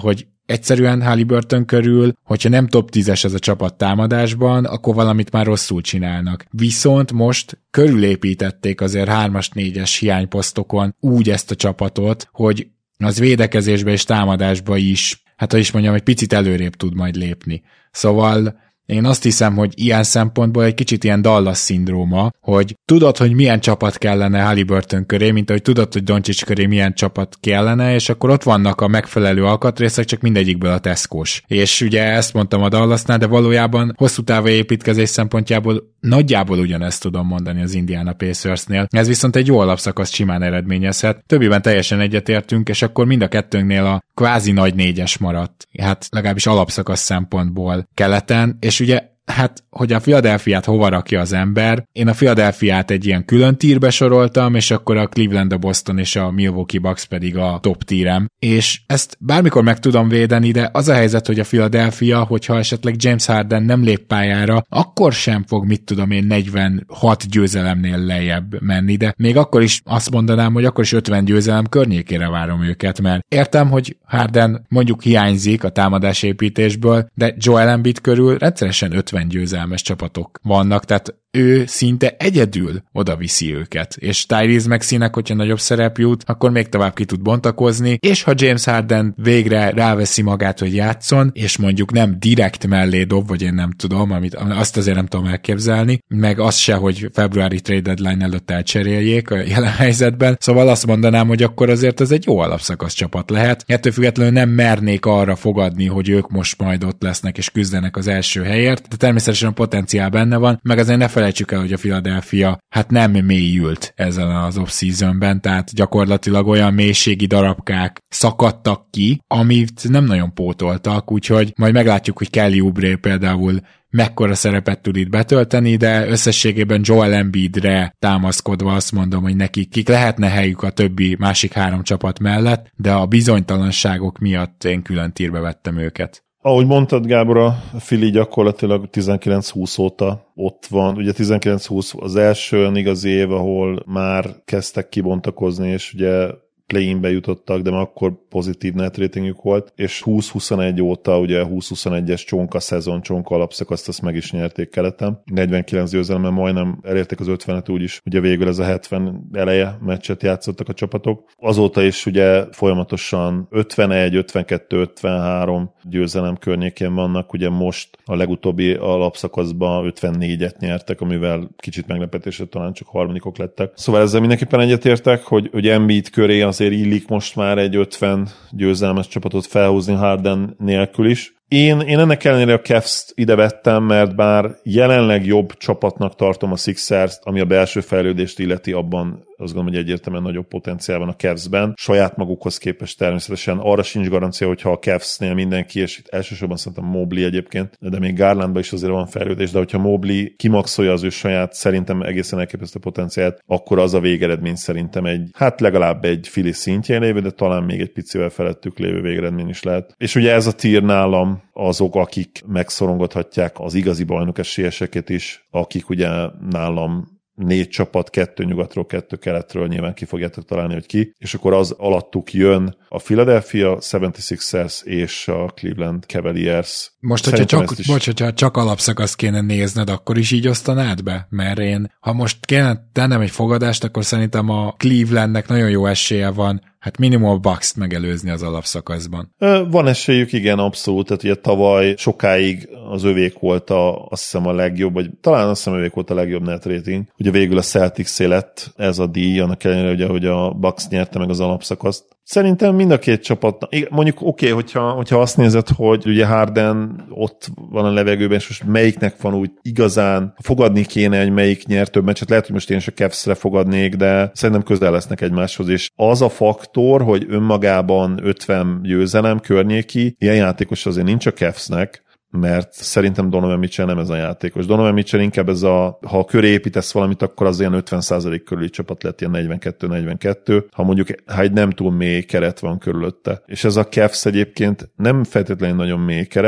egyszerűen Haliburton körül, hogyha nem top tízes ez a csapat támadásban, akkor valamit már rosszul csinálnak. Viszont most körülépítették azért hármas, négyes hiányposztokon úgy ezt a csapatot, hogy az védekezésbe és támadásba is, hát ha is mondjam, egy picit előrébb tud majd lépni. Szóval én azt hiszem, hogy ilyen szempontból egy kicsit ilyen Dallas-szindróma, hogy tudod, hogy milyen csapat kellene Haliburton köré, mint ahogy tudod, hogy Doncic köré milyen csapat kellene, és akkor ott vannak a megfelelő alkatrészek, csak mindegyikből a Tesco-s. És ugye ezt mondtam a Dallasnál, de valójában hosszú távú építkezés szempontjából nagyjából ugyanezt tudom mondani az Indiana Pacersnél. Ez viszont egy jó alapszakasz simán eredményezhet. Többiben teljesen egyetértünk, és akkor mind a kettőnknél a kvázi nagy négyes maradt. Hát legalábbis alapszakasz szempontból keleten, és ugye hát, hogy a Philadelphiát hova rakja az ember, én a Philadelphiát egy ilyen külön tírbe soroltam, és akkor a Cleveland, a Boston és a Milwaukee Bucks pedig a top tírem. És ezt bármikor meg tudom védeni, de az a helyzet, hogy a Philadelphia, hogyha esetleg James Harden nem lép pályára, akkor sem fog, mit tudom én, negyvenhat győzelemnél lejjebb menni, de még akkor is azt mondanám, hogy akkor is ötven győzelem környékére várom őket, mert értem, hogy Harden mondjuk hiányzik a támadásépítésből, de Joel Embiid körül rendszeresen ötven győzelmes csapatok vannak, tehát ő szinte egyedül oda viszi őket, és Tyrese Maxeynek, hogyha nagyobb szerep jut, akkor még tovább ki tud bontakozni, és ha James Harden végre ráveszi magát, hogy játszon, és mondjuk nem direkt mellé dob, vagy én nem tudom, amit, azt azért nem tudom elképzelni, meg az se, hogy februári trade deadline előtt elcseréljék a jelen helyzetben, szóval azt mondanám, hogy akkor azért ez egy jó alapszakasz csapat lehet. Ettől függetlenül nem mernék arra fogadni, hogy ők most majd ott lesznek és küzdenek az első helyért, de természetesen a potenciál benne van, meg azért ne felejtsük el, hogy a Philadelphia hát nem mélyült ezzel az off-seasonben, tehát gyakorlatilag olyan mélységi darabkák szakadtak ki, amit nem nagyon pótoltak, úgyhogy majd meglátjuk, hogy Kelly Oubre például mekkora szerepet tud itt betölteni, de összességében Joel Embiidre támaszkodva azt mondom, hogy nekik kik lehetne helyük a többi másik három csapat mellett, de a bizonytalanságok miatt én külön tírbe vettem őket. Ahogy mondtad, Gábor, a Philly gyakorlatilag tizenkilenc húsz óta ott van. Ugye tizenkilenc húsz az első olyan igazi év, ahol már kezdtek kibontakozni, és ugye play-inbe jutottak, de már akkor pozitív net ratingjük volt, és húsz huszonegy óta ugye húsz huszonegyes csonka szezon, csonka alapszakaszt azt meg is nyerték keleten. negyvenkilenc győzelemmel majdnem elérték az ötvenet, úgyis ugye végül ez a hetven eleje meccset játszottak a csapatok. Azóta is ugye folyamatosan ötvenegy, ötvenkettő, ötvenhárom győzelem környékén vannak, ugye most a legutóbbi alapszakaszban ötvennégyet nyertek, amivel kicsit meglepetésre talán csak harmadikok lettek. Szóval ezzel mindenképpen egyetértek, hogy, hogy Embiid köré azért illik most már egy ötven győzelmes csapatot felhúzni Harden nélkül is. Én, én ennek ellenére a Cavs-t ide vettem, mert bár jelenleg jobb csapatnak tartom a Sixers-t, ami a belső fejlődést illeti, abban azt gondolom, hogy egyértelműen nagyobb potenciál van a Cavs-ben. Saját magukhoz képest természetesen arra sincs garancia, hogyha a Cavs-nél mindenki, és itt elsősorban szerintem Mobley egyébként, de még Garlandban is azért van fejlődés, de hogyha Mobley kimaxolja az ő saját, szerintem egészen elképesztő potenciált, akkor az a végeredmény szerintem egy, hát legalább egy Philly szintjén lévő, de talán még egy picivel felettük lévő végeredmény is lehet. És ugye ez a tier nálam azok, akik megszorongathatják az igazi bajnok esélyeseket is, akik ugye nálam négy csapat, kettő nyugatról, kettő keletről, nyilván ki fogjátok találni, hogy ki, és akkor az alattuk jön a Philadelphia hetvenhatosers és a Cleveland Cavaliers. Most, hogyha csak, is... bocs, hogyha csak alapszakaszt kéne nézned, akkor is így osztanád be? Mert én, ha most kéne tennem egy fogadást, akkor szerintem a Clevelandnek nagyon jó esélye van, hát minimum a Bucks-t megelőzni az alapszakaszban. Van esélyük, igen, abszolút. Tehát ugye tavaly sokáig az övék volt a, azt hiszem a legjobb, vagy talán azt hiszem övék volt a legjobb net rating. Ugye végül a Celtics-é lett ez a díj, annak ellenére, ugye, hogy a Bucks nyerte meg az alapszakaszt. Szerintem mind a két csapat, mondjuk oké, okay, hogyha, hogyha azt nézed, hogy ugye Harden ott van a levegőben, és most melyiknek van úgy igazán, fogadni kéne, hogy melyik nyer több meccset, lehet, hogy most én is a Cavs-re fogadnék, de szerintem közel lesznek egymáshoz, és az a faktor, hogy önmagában ötven győzelem környéki, ilyen játékos azért nincs a Cavs-nek, mert szerintem Donovan Mitchell nem ez a játékos. Donovan Mitchell inkább ez a, ha a köré építesz valamit, akkor az ilyen ötven százalék körüli csapat lett, ilyen negyvenkettő negyvenkettő, ha mondjuk ha egy nem túl mély keret van körülötte. És ez a Cavs egyébként nem feltétlenül nagyon mély keret,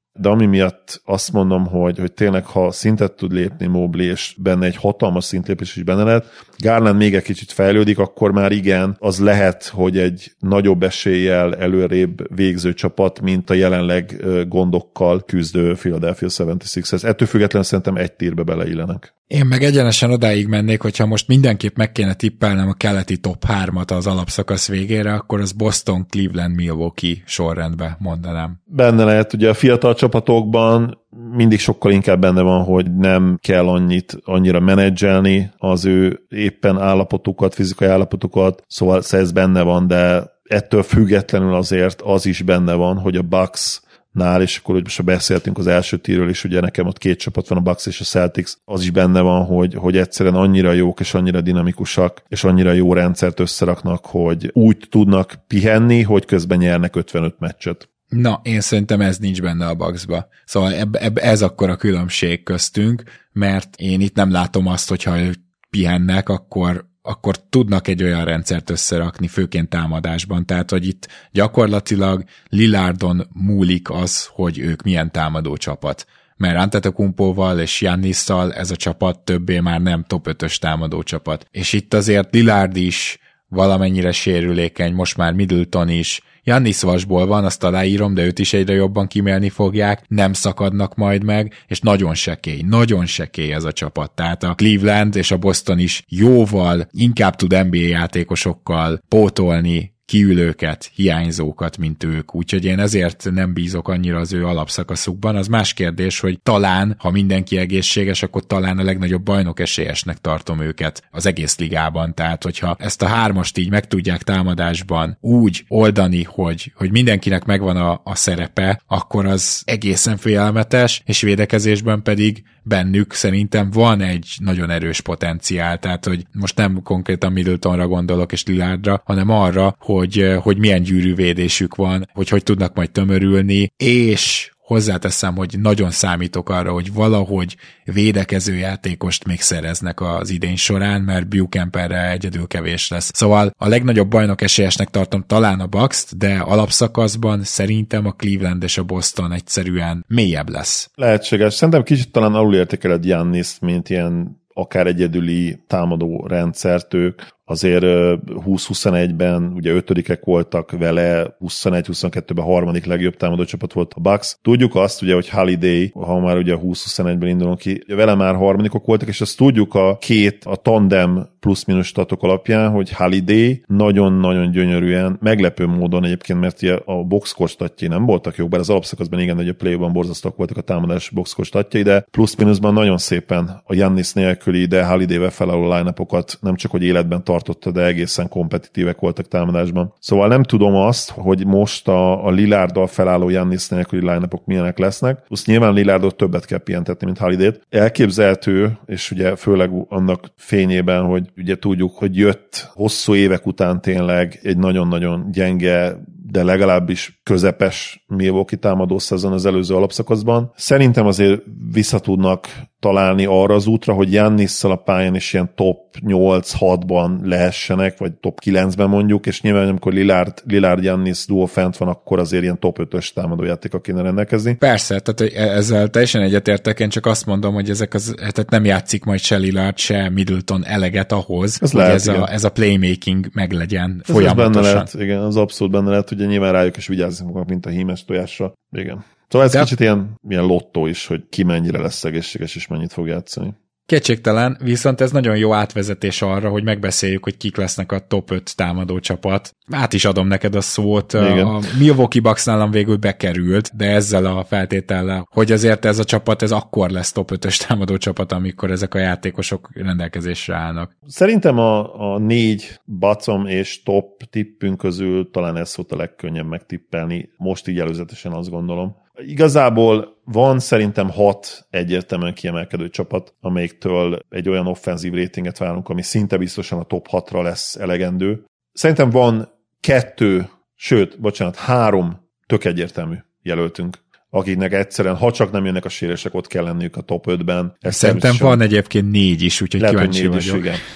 de ami miatt azt mondom, hogy, hogy tényleg, ha szintet tud lépni Mobley, és benne egy hatalmas szintlépés is benne lehet, Garland még egy kicsit fejlődik, akkor már igen, az lehet, hogy egy nagyobb eséllyel előrébb végző csapat, mint a jelenleg gondokkal küzdő Philadelphia hetvenhatos. Ettől függetlenül szerintem egy tírbe beleillenek. Én meg egyenesen odáig mennék, hogyha most mindenképp meg kéne tippelnem a keleti top hármat az alapszakasz végére, akkor az Boston, Cleveland, Milwaukee sorrendbe mondanám. Benne lehet, ugye a fiatal csapatokban mindig sokkal inkább benne van, hogy nem kell annyit, annyira menedzselni az ő éppen állapotukat, fizikai állapotukat, szóval ez benne van, de ettől függetlenül azért az is benne van, hogy a Bucks nál, és akkor most beszéltünk az első tírről is, ugye nekem ott két csapat van, a Bucks és a Celtics, az is benne van, hogy, hogy egyszerűen annyira jók és annyira dinamikusak, és annyira jó rendszert összeraknak, hogy úgy tudnak pihenni, hogy közben nyernek ötvenöt meccset. Na, én szerintem ez nincs benne a Bucksba. Szóval eb, eb, ez akkor a különbség köztünk, mert én itt nem látom azt, hogyha ők pihennek, akkor akkor tudnak egy olyan rendszert összerakni, főként támadásban. Tehát, hogy itt gyakorlatilag Lillardon múlik az, hogy ők milyen támadó csapat. Mert Antetokounmpóval és Giannisszal ez a csapat többé már nem top ötös támadó csapat. És itt azért Lillard is valamennyire sérülékeny, most már Middleton is. Giannis vasból van, azt aláírom, de őt is egyre jobban kimélni fogják, nem szakadnak majd meg, és nagyon sekély, nagyon sekély ez a csapat. Tehát a Cleveland és a Boston is jóval inkább tud en bé á játékosokkal pótolni kiülőket, hiányzókat, mint ők. Úgyhogy én ezért nem bízok annyira az ő alapszakaszukban. Az más kérdés, hogy talán, ha mindenki egészséges, akkor talán a legnagyobb bajnok esélyesnek tartom őket az egész ligában. Tehát, hogyha ezt a hármast így meg tudják támadásban úgy oldani, hogy, hogy mindenkinek megvan a, a szerepe, akkor az egészen félelmetes, és védekezésben pedig bennük szerintem van egy nagyon erős potenciál. Tehát, hogy most nem konkrétan Middletonra gondolok és Lillardra, hanem arra, hogy, hogy milyen gyűrűvédésük van, hogy hogy tudnak majd tömörülni, és hozzáteszem, hogy nagyon számítok arra, hogy valahogy védekező játékost még szereznek az idény során, mert Buchananre egyedül kevés lesz. Szóval a legnagyobb bajnok esélyesnek tartom talán a Bucks-t, de alapszakaszban szerintem a Cleveland és a Boston egyszerűen mélyebb lesz. Lehetséges. Szerintem kicsit talán alulértékeled Gianniszt, mint ilyen akár egyedüli támadó rendszert. Ők azért húsz-huszonegyben ugye ötödikek voltak vele, huszonegy-huszonkettőben harmadik legjobb támadó csapat volt a Bucks. Tudjuk azt ugye, hogy Holiday, ha már ugye húsz-huszonegyben indulunk ki, vele már harmadikok voltak, és azt tudjuk a két, a tandem plusz-minus statok alapján, hogy Holiday nagyon-nagyon gyönyörűen, meglepő módon egyébként, mert ugye a boxscore statjai nem voltak jók, bár az alapszakaszban igen, hogy a play-ban borzasztóak voltak a támadás boxscore statjai, de plusz-minuszban nagyon szépen a Giannis nélküli, de Holiday-vel felálló line-upokat nem csak hogy életben tartotta, de egészen kompetitívek voltak támadásban. Szóval nem tudom azt, hogy most a, a Lillarddal felálló Giannis nélküli line-upok milyenek lesznek. Plusz nyilván Lillardot többet kell pihentetni, mint Holidayt. Elképzelhető, és ugye főleg annak fényében, hogy ugye tudjuk, hogy jött hosszú évek után tényleg egy nagyon-nagyon gyenge, de legalábbis közepes Milwaukee támadó szezon az előző alapszakaszban. Szerintem azért vissza tudnak találni arra az útra, hogy Giannissal a pályán is ilyen top nyolc-hatban lehessenek, vagy top kilencben mondjuk, és nyilván amikor Lillard, Lillard Giannis duo fent van, akkor azért ilyen top ötös támadójátékkal kéne rendelkezni. Persze, tehát ezzel teljesen egyetértek, én csak azt mondom, hogy ezek az, tehát nem játszik majd se Lillard, se Middleton eleget ahhoz, ez hogy lehet, ez, a, ez a playmaking meglegyen ez folyamatosan. Benne lehet, igen, az abszolút benne lehet, ugye nyilván rájuk is vigyázni fognak, mint a hímes tojásra. Igen. Szóval ez De... kicsit ilyen, ilyen lottó is, hogy ki mennyire lesz egészséges, és mennyit fog játszani. Kétségtelen, viszont ez nagyon jó átvezetés arra, hogy megbeszéljük, hogy kik lesznek a top öt támadó csapat. Át is adom neked a szót. Igen. A Milwaukee Bucks nálam végül bekerült, de ezzel a feltétellel, hogy azért ez a csapat, ez akkor lesz top ötös támadó csapat, amikor ezek a játékosok rendelkezésre állnak. Szerintem a, a négy bacom és top tippünk közül talán ez volt a legkönnyebb megtippelni. Most így előzetesen azt gondolom. Igazából van szerintem hat egyértelműen kiemelkedő csapat, amelyiktől egy olyan offenzív ratinget várunk, ami szinte biztosan a top hatra lesz elegendő. Szerintem van kettő, sőt, bocsánat, három tök egyértelmű jelöltünk, akiknek egyszerűen, ha csak nem jönnek a sérülések, ott kell lenniük a top ötben. Ez szerintem van egyébként négy is, úgyhogy lehet, kíváncsi vagyok. Is, igen.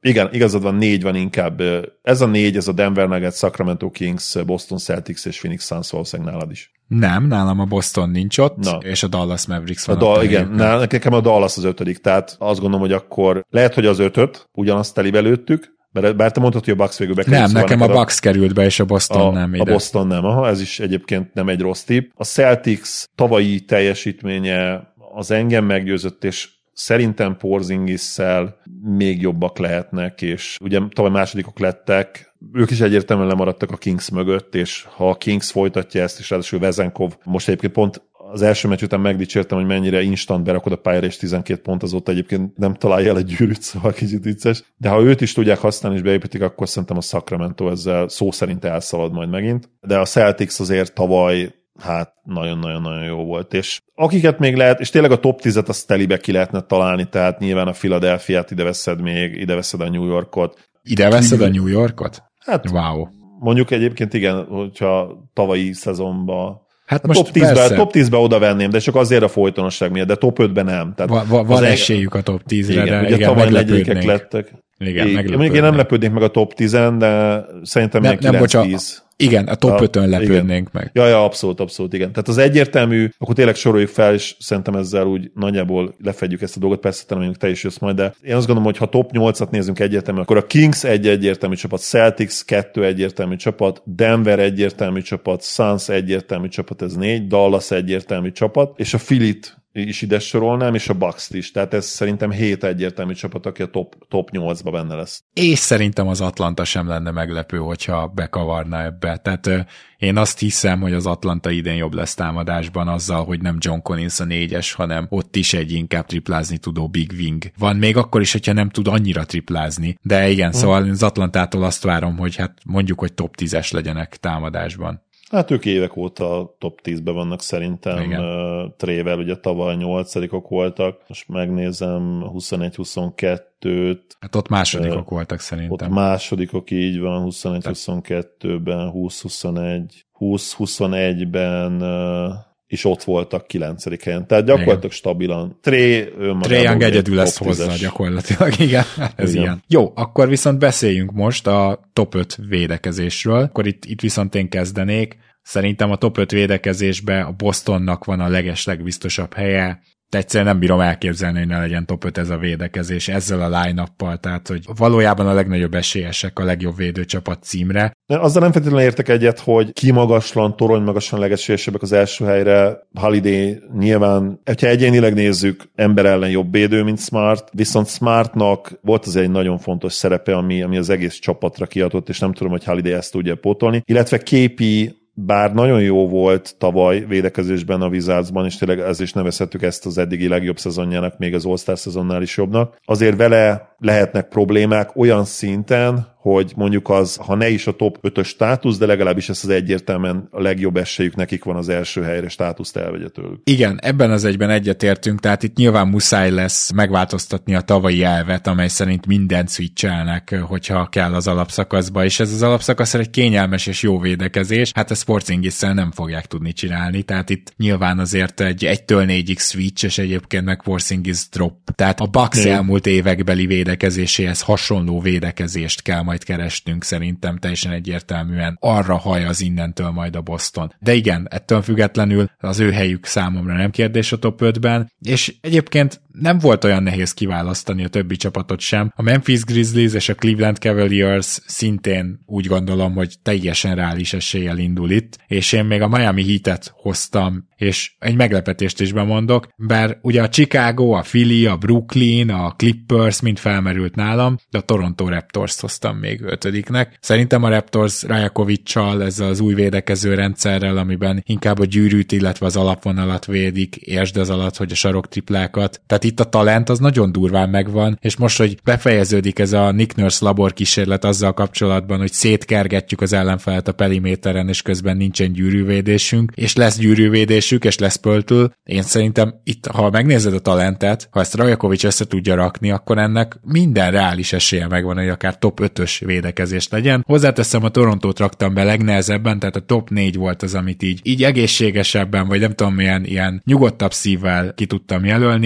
Igen, igazad van, négy van inkább. Ez a négy, ez a Denver Nuggets, Sacramento Kings, Boston Celtics és Phoenix Suns valószínűleg nálad is. Nem, nálam a Boston nincs ott, Na. és a Dallas Mavericks van. A da- igen, nálam, nekem a Dallas az ötödik, tehát azt gondolom, hogy akkor lehet, hogy az ötöt ugyanazt elibelőttük, bár te mondtad, hogy a Bucks végül bekerült. Nem, szóval nekem a Bucks a, került be, és a Boston a, nem ide. A Boston nem, aha, ez is egyébként nem egy rossz tipp. A Celtics tavalyi teljesítménye az engem meggyőzött, és szerintem Porzingisszel még jobbak lehetnek, és ugye tavaly másodikok lettek, ők is egyértelműen lemaradtak a Kings mögött, és ha a Kings folytatja ezt, és ráadásul Vezenkov, most egyébként pont az első meccs után megdicsértem, hogy mennyire instant berakod a pályára, és tizenkét pont azóta egyébként nem találja el egy gyűrűt, szóval kicsit vicces. De ha őt is tudják használni, és beépítik, akkor szerintem a Sacramento ezzel szó szerint elszalad majd megint. De a Celtics azért tavaly hát nagyon-nagyon-nagyon jó volt, és akiket még lehet, és tényleg a top tízet azt telibe ki lehetne találni, tehát nyilván a Philadelphiát ide veszed még, ide veszed a New Yorkot. Ide veszed a New Yorkot? Hát wow. Mondjuk egyébként igen, hogyha tavalyi szezonban hát a most top tízbe, top tízbe oda venném, de csak azért a folytonosság miatt, de top ötben nem. Tehát va, va, van esélyük a top tízre, igen, de ugye igen, tavaly negyedikek lettek. Igen, igen, én nem lepődnék meg a top tízen, de szerintem nem, kilenc tíz. Igen, a top ötön lepődnénk meg. Ja, ja, abszolút, abszolút, igen. Tehát az egyértelmű, akkor tényleg soroljuk fel, és szerintem ezzel úgy nagyjából lefedjük ezt a dolgot, persze talán te is jössz majd, de én azt gondolom, hogy ha top nyolcat nézzünk egyértelmű, akkor a Kings egy egyértelmű csapat, Celtics kettő egyértelmű csapat, Denver egyértelmű csapat, Suns egyértelmű csapat, ez négy, Dallas egyértelmű csapat, és a Philit is ide sorolnám, és a Bucks-t is. Tehát ez szerintem hét egyértelmű csapat, aki a top, top nyolcba benne lesz. És szerintem az Atlanta sem lenne meglepő, hogyha bekavarna ebbe. Tehát euh, én azt hiszem, hogy az Atlanta idén jobb lesz támadásban azzal, hogy nem John Collins a négyes, hanem ott is egy inkább triplázni tudó big wing van, még akkor is, hogyha nem tud annyira triplázni. De igen, hmm. szóval az Atlantától azt várom, hogy hát mondjuk, hogy top tízes legyenek támadásban. Hát ők évek óta top tízbe vannak szerintem. Uh, Trével ugye tavaly nyolcadikok voltak, most megnézem huszonegy huszonkettőt. Hát ott másodikok uh, voltak szerintem. Ott másodikok így van, huszonegy huszonkettőben, húsz huszonegy, húsz huszonegyben uh, és ott voltak kilencedik helyen. Tehát gyakorlatilag igen. Stabilan. Tré Young egyedül lesz hozzá gyakorlatilag, igen. Ez igen. Ilyen. Jó, akkor viszont beszéljünk most a top öt védekezésről. Akkor itt, itt viszont én kezdenék. Szerintem a top öt védekezésben a Bostonnak van a legeslegbiztosabb helye. De egyszerűen nem bírom elképzelni, hogy ne legyen top öt ez a védekezés ezzel a line-uppal, tehát hogy valójában a legnagyobb esélyesek a legjobb védőcsapat címre. De azzal nem feltétlenül értek egyet, hogy kimagaslan, torony magasan legesélyesebbek az első helyre. Holiday nyilván, hogyha egyénileg nézzük, ember ellen jobb védő, mint Smart, viszont Smartnak volt az egy nagyon fontos szerepe, ami, ami az egész csapatra kiadott, és nem tudom, hogy Holiday ezt tudja pótolni. Illetve képi, bár nagyon jó volt tavaly védekezésben a Wizardsban, és tényleg ez is nevezhetjük ezt az eddigi legjobb szezonjának, még az All-Star szezonnál is jobbnak. Azért vele lehetnek problémák olyan szinten, hogy mondjuk az, ha ne is a top ötös státusz, de legalábbis ez az egyértelműen a legjobb esélyük nekik van az első helyre státuszt elvegye tőlük. Igen, ebben az egyben egyetértünk, tehát itt nyilván muszáj lesz megváltoztatni a tavalyi elvet, amely szerint mindent switchelnek, hogyha kell az alapszakaszba, és ez az alapszakasz egy kényelmes és jó védekezés, hát ezt Porzingisszel nem fogják tudni csinálni, tehát itt nyilván azért egy egytől négyig switch, és egyébként meg Porzingis drop. Tehát a Bucks elmúlt évekbeli védekezéséhez hasonló védekezést kell majd kerestünk, szerintem teljesen egyértelműen arra haj az innentől majd a Boston. De igen, ettől függetlenül az ő helyük számomra nem kérdés a top ötben, és egyébként nem volt olyan nehéz kiválasztani a többi csapatot sem. A Memphis Grizzlies és a Cleveland Cavaliers szintén úgy gondolom, hogy teljesen reális eséllyel indul itt, és én még a Miami Heat-et hoztam, és egy meglepetést is bemondok, bár ugye a Chicago, a Philly, a Brooklyn, a Clippers mind felmerült nálam, de a Toronto Raptors hoztam még ötödiknek. Szerintem a Raptors Rajakovic-csal, ezzel az új védekező rendszerrel, amiben inkább a gyűrűt, illetve az alapvonalat védik, értsd az alatt, hogy a saroktriplákat. Tehát itt a talent az nagyon durván megvan, és most, hogy befejeződik ez a Nick Nurse labor kísérlet azzal kapcsolatban, hogy szétkergetjük az ellenfelet a periméteren, és közben nincsen gyűrűvédésünk, és lesz gyűrűvédésük, és lesz pöltül. Én szerintem itt, ha megnézed a talentet, ha ezt Rajakovic össze tudja rakni, akkor ennek minden reális esélye megvan, hogy akár top ötös védekezés legyen. Hozzáteszem, a Torontót raktam be legnehezebben, tehát a top négy volt az, amit így, így egészségesebben, vagy nem tudom, milyen ilyen nyugodtabb szívvel ki tudtam jelölni. Az, hogy a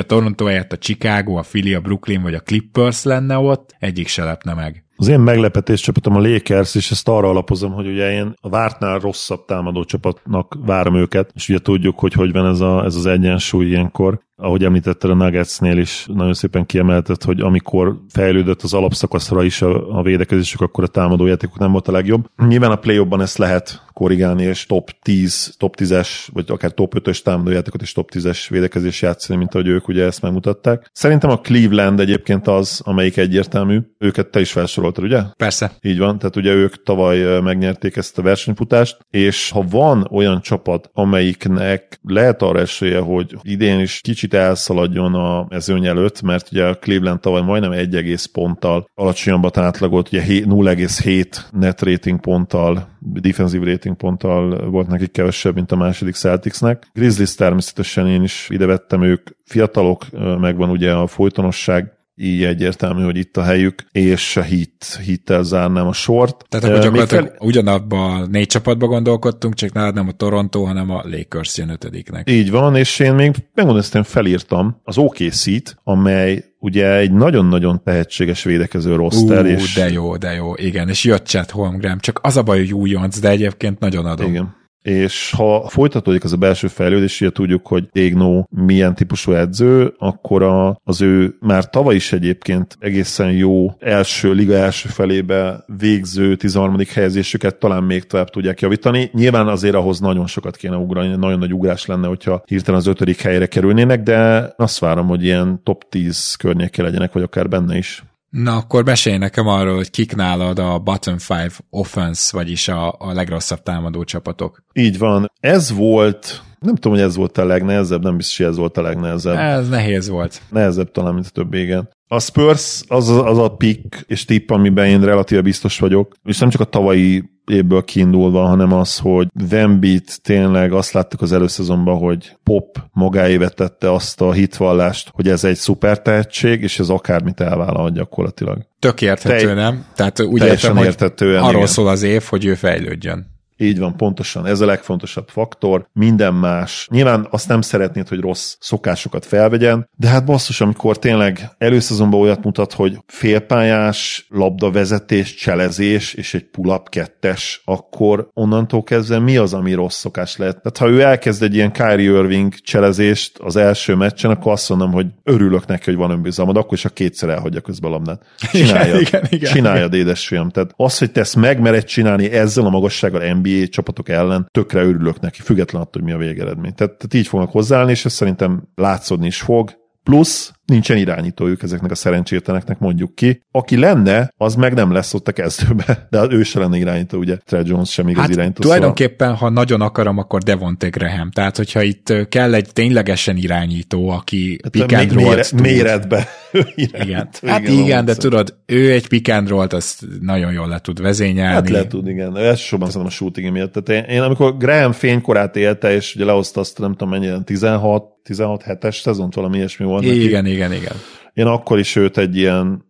Toronto helyett a Chicago, a Philly, a Brooklyn vagy a Clippers lenne ott, egyik se lepne meg. Az én meglepetés csapatom a Lakers, és ezt arra alapozom, hogy ugye én a vártnál rosszabb támadó csapatnak várom őket, és ugye tudjuk, hogy hogy van ez, a, ez az egyensúly ilyenkor. Ahogy említetted a Nuggetsnél is nagyon szépen kiemeltet, hogy amikor fejlődött az alapszakaszra is a, a védekezésük, akkor a támadójátékok nem volt a legjobb. Nyilván a play-offban ezt lehet korrigálni, és top tíz, top tízes, vagy akár top ötös támadójátékot és top tízes védekezés játszani, mint ahogy ők ugye ezt megmutatták. Szerintem a Cleveland egyébként az, amelyik egyértelmű. Őket te is felsoroltad, ugye? Persze. Így van, tehát ugye ők tavaly megnyerték ezt a versenyfutást, és ha van olyan csapat, amelyiknek lehet arra esélye, hogy idén is kicsit elszaladjon a mezőny előtt, mert ugye a Cleveland tavaly majdnem egy egész ponttal alacsonyabbat átlagolt, ugye nulla egész hét net rating ponttal, defensive rating ponttal volt nekik kevesebb, mint a második Celticsnek. Grizzlies természetesen én is ide vettem, ők fiatalok, megvan ugye a folytonosság, így egyértelmű, hogy itt a helyük, és a Heat, Heat-tel zárnám a sort. Tehát akkor gyakorlatilag fel... ugyanabban a négy csapatba gondolkodtunk, csak nálad nem a Toronto, hanem a Lakers jön ötödiknek. Így van, és én még megmondom, ezt én felírtam az o ká cé-t, amely ugye egy nagyon-nagyon tehetséges védekező roster. Ú, és... de jó, de jó, igen, és jött Chet Holmgren, csak az a baj, hogy újonc, de egyébként nagyon adom. Igen. És ha folytatódik az a belső fejlődés, ugye tudjuk, hogy Tégnó milyen típusú edző, akkor a, az ő már tavaly is egyébként egészen jó első, liga első felébe végző tizenharmadik helyezésüket talán még tovább tudják javítani. Nyilván azért ahhoz nagyon sokat kéne ugrani, nagyon nagy ugrás lenne, hogyha hirtelen az ötödik helyre kerülnének, de azt várom, hogy ilyen top tíz környékkel legyenek, vagy akár benne is. Na, akkor mesélj nekem arról, hogy kik nálad a bottom five offense, vagyis a, a legrosszabb támadó csapatok. Így van. Ez volt, nem tudom, hogy ez volt a legnehezebb, nem biztos, hogy ez volt a legnehezebb. Ez nehéz volt. Nehezebb talán, mint a többi, igen. A Spurs az az a pick és tipp, amiben én relatíve biztos vagyok, és nem csak a tavalyi évből kiindulva, hanem az, hogy Embiid tényleg azt láttuk az előszezonban, hogy Pop magáévet tette azt a hitvallást, hogy ez egy szuper tehetség, és ez akármit elvállalhat gyakorlatilag. Tök érthető, Te- nem? Tehát úgy értem, hogy arról igen. szól az év, hogy ő fejlődjön. Így van, pontosan. Ez a legfontosabb faktor. Minden más. Nyilván azt nem szeretnéd, hogy rossz szokásokat felvegyen, de hát basszus, amikor tényleg előszezonban olyat mutat, hogy félpályás, labdavezetés, cselezés és egy pull-up kettes, akkor onnantól kezdve mi az, ami rossz szokás lehet? Tehát ha ő elkezd egy ilyen Kyrie Irving cselezést az első meccsen, akkor azt mondom, hogy örülök neki, hogy van önbizalmad, akkor is, ha kétszer elhagyja közben a labdát. Csináljad, igen, igen, igen. Csináljad, édesfiam. Tehát az, hogy te ezt megmered csinálni ezzel a magassággal en bé á csapatok ellen, tökre örülök neki, független attól, hogy mi a végeredmény. Tehát, tehát így fognak hozzáállni, és ez szerintem látszódni is fog. Plusz nincsen irányítójuk ezeknek a szerencsétleneknek, mondjuk ki. Aki lenne, az meg nem lesz ott a kezdőbe, de ő se lenne irányító, ugye Trey Jones sem igaz hát irányító. Tulajdonképpen, szóval... ha nagyon akarom, akkor Devonte Graham. Tehát, hogyha itt kell egy ténylegesen irányító, aki hát pick and rollt tud. Méretbe. Igen. Hát igen, igen de tudod, ő egy pick and rollt, azt nagyon jól le tud vezényelni. Hát le tud, igen. Elsősorban szerintem a shooting miatt. Tehát én, én amikor Graham fénykorát élte, és ugye lehozta azt, nem tudom mennyire, tizenhat tizenhat hetes szezont, valami ilyesmi volt. Igen, neki. igen, igen. Én akkor is őt egy ilyen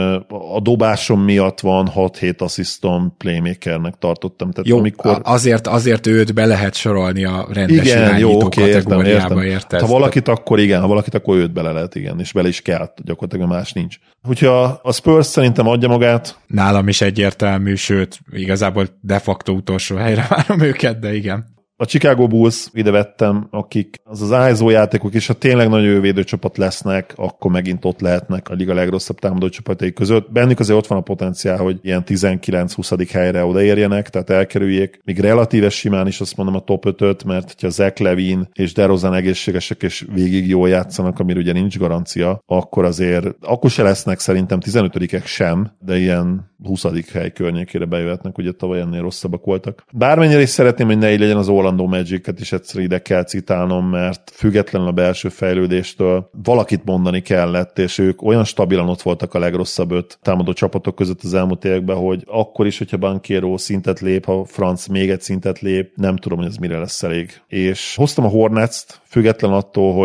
a dobásom miatt van hat-hét asszisztom playmakernek tartottam. Tehát jó, amikor... azért, azért őt be lehet sorolni a rendes igen, irányító jó, okay, kategóriába, érted? Ha valakit, akkor igen, ha valakit, akkor őt bele lehet, igen, és bele is kell, gyakorlatilag más nincs. Úgyhogy a, a Spurs szerintem adja magát. Nálam is egyértelmű, sőt, igazából de facto utolsó helyre várom őket, de igen. A Chicago Bulls ide vettem, akik az az i es o játékok, és ha tényleg nagy jó védőcsapat lesznek, akkor megint ott lehetnek a liga legrosszabb támadó csapatai között. Bennük azért ott van a potenciál, hogy ilyen tizenkilenc-huszadik helyre odaérjenek, tehát elkerüljék. Még relatíve simán is azt mondom a top ötöt, mert ha Zach Levine és DeRozan egészségesek és végig jól játszanak, amire ugye nincs garancia, akkor azért, akkor se lesznek szerintem tizenötödikek sem, de ilyen huszadik hely környékére bejöhetnek, ugye tavaly ennél rosszabbak voltak. Bármennyire is szeretném, hogy ne így legyen, az Orlando Magic-et is egyszer ide kell citálnom, mert függetlenül a belső fejlődéstől valakit mondani kellett, és ők olyan stabilan ott voltak a legrosszabb öt támadó csapatok között az elmúlt években, hogy akkor is, hogyha Banchero szintet lép, ha Franz még egy szintet lép, nem tudom, hogy ez mire lesz elég. És hoztam a Hornets-t, független attól, hogy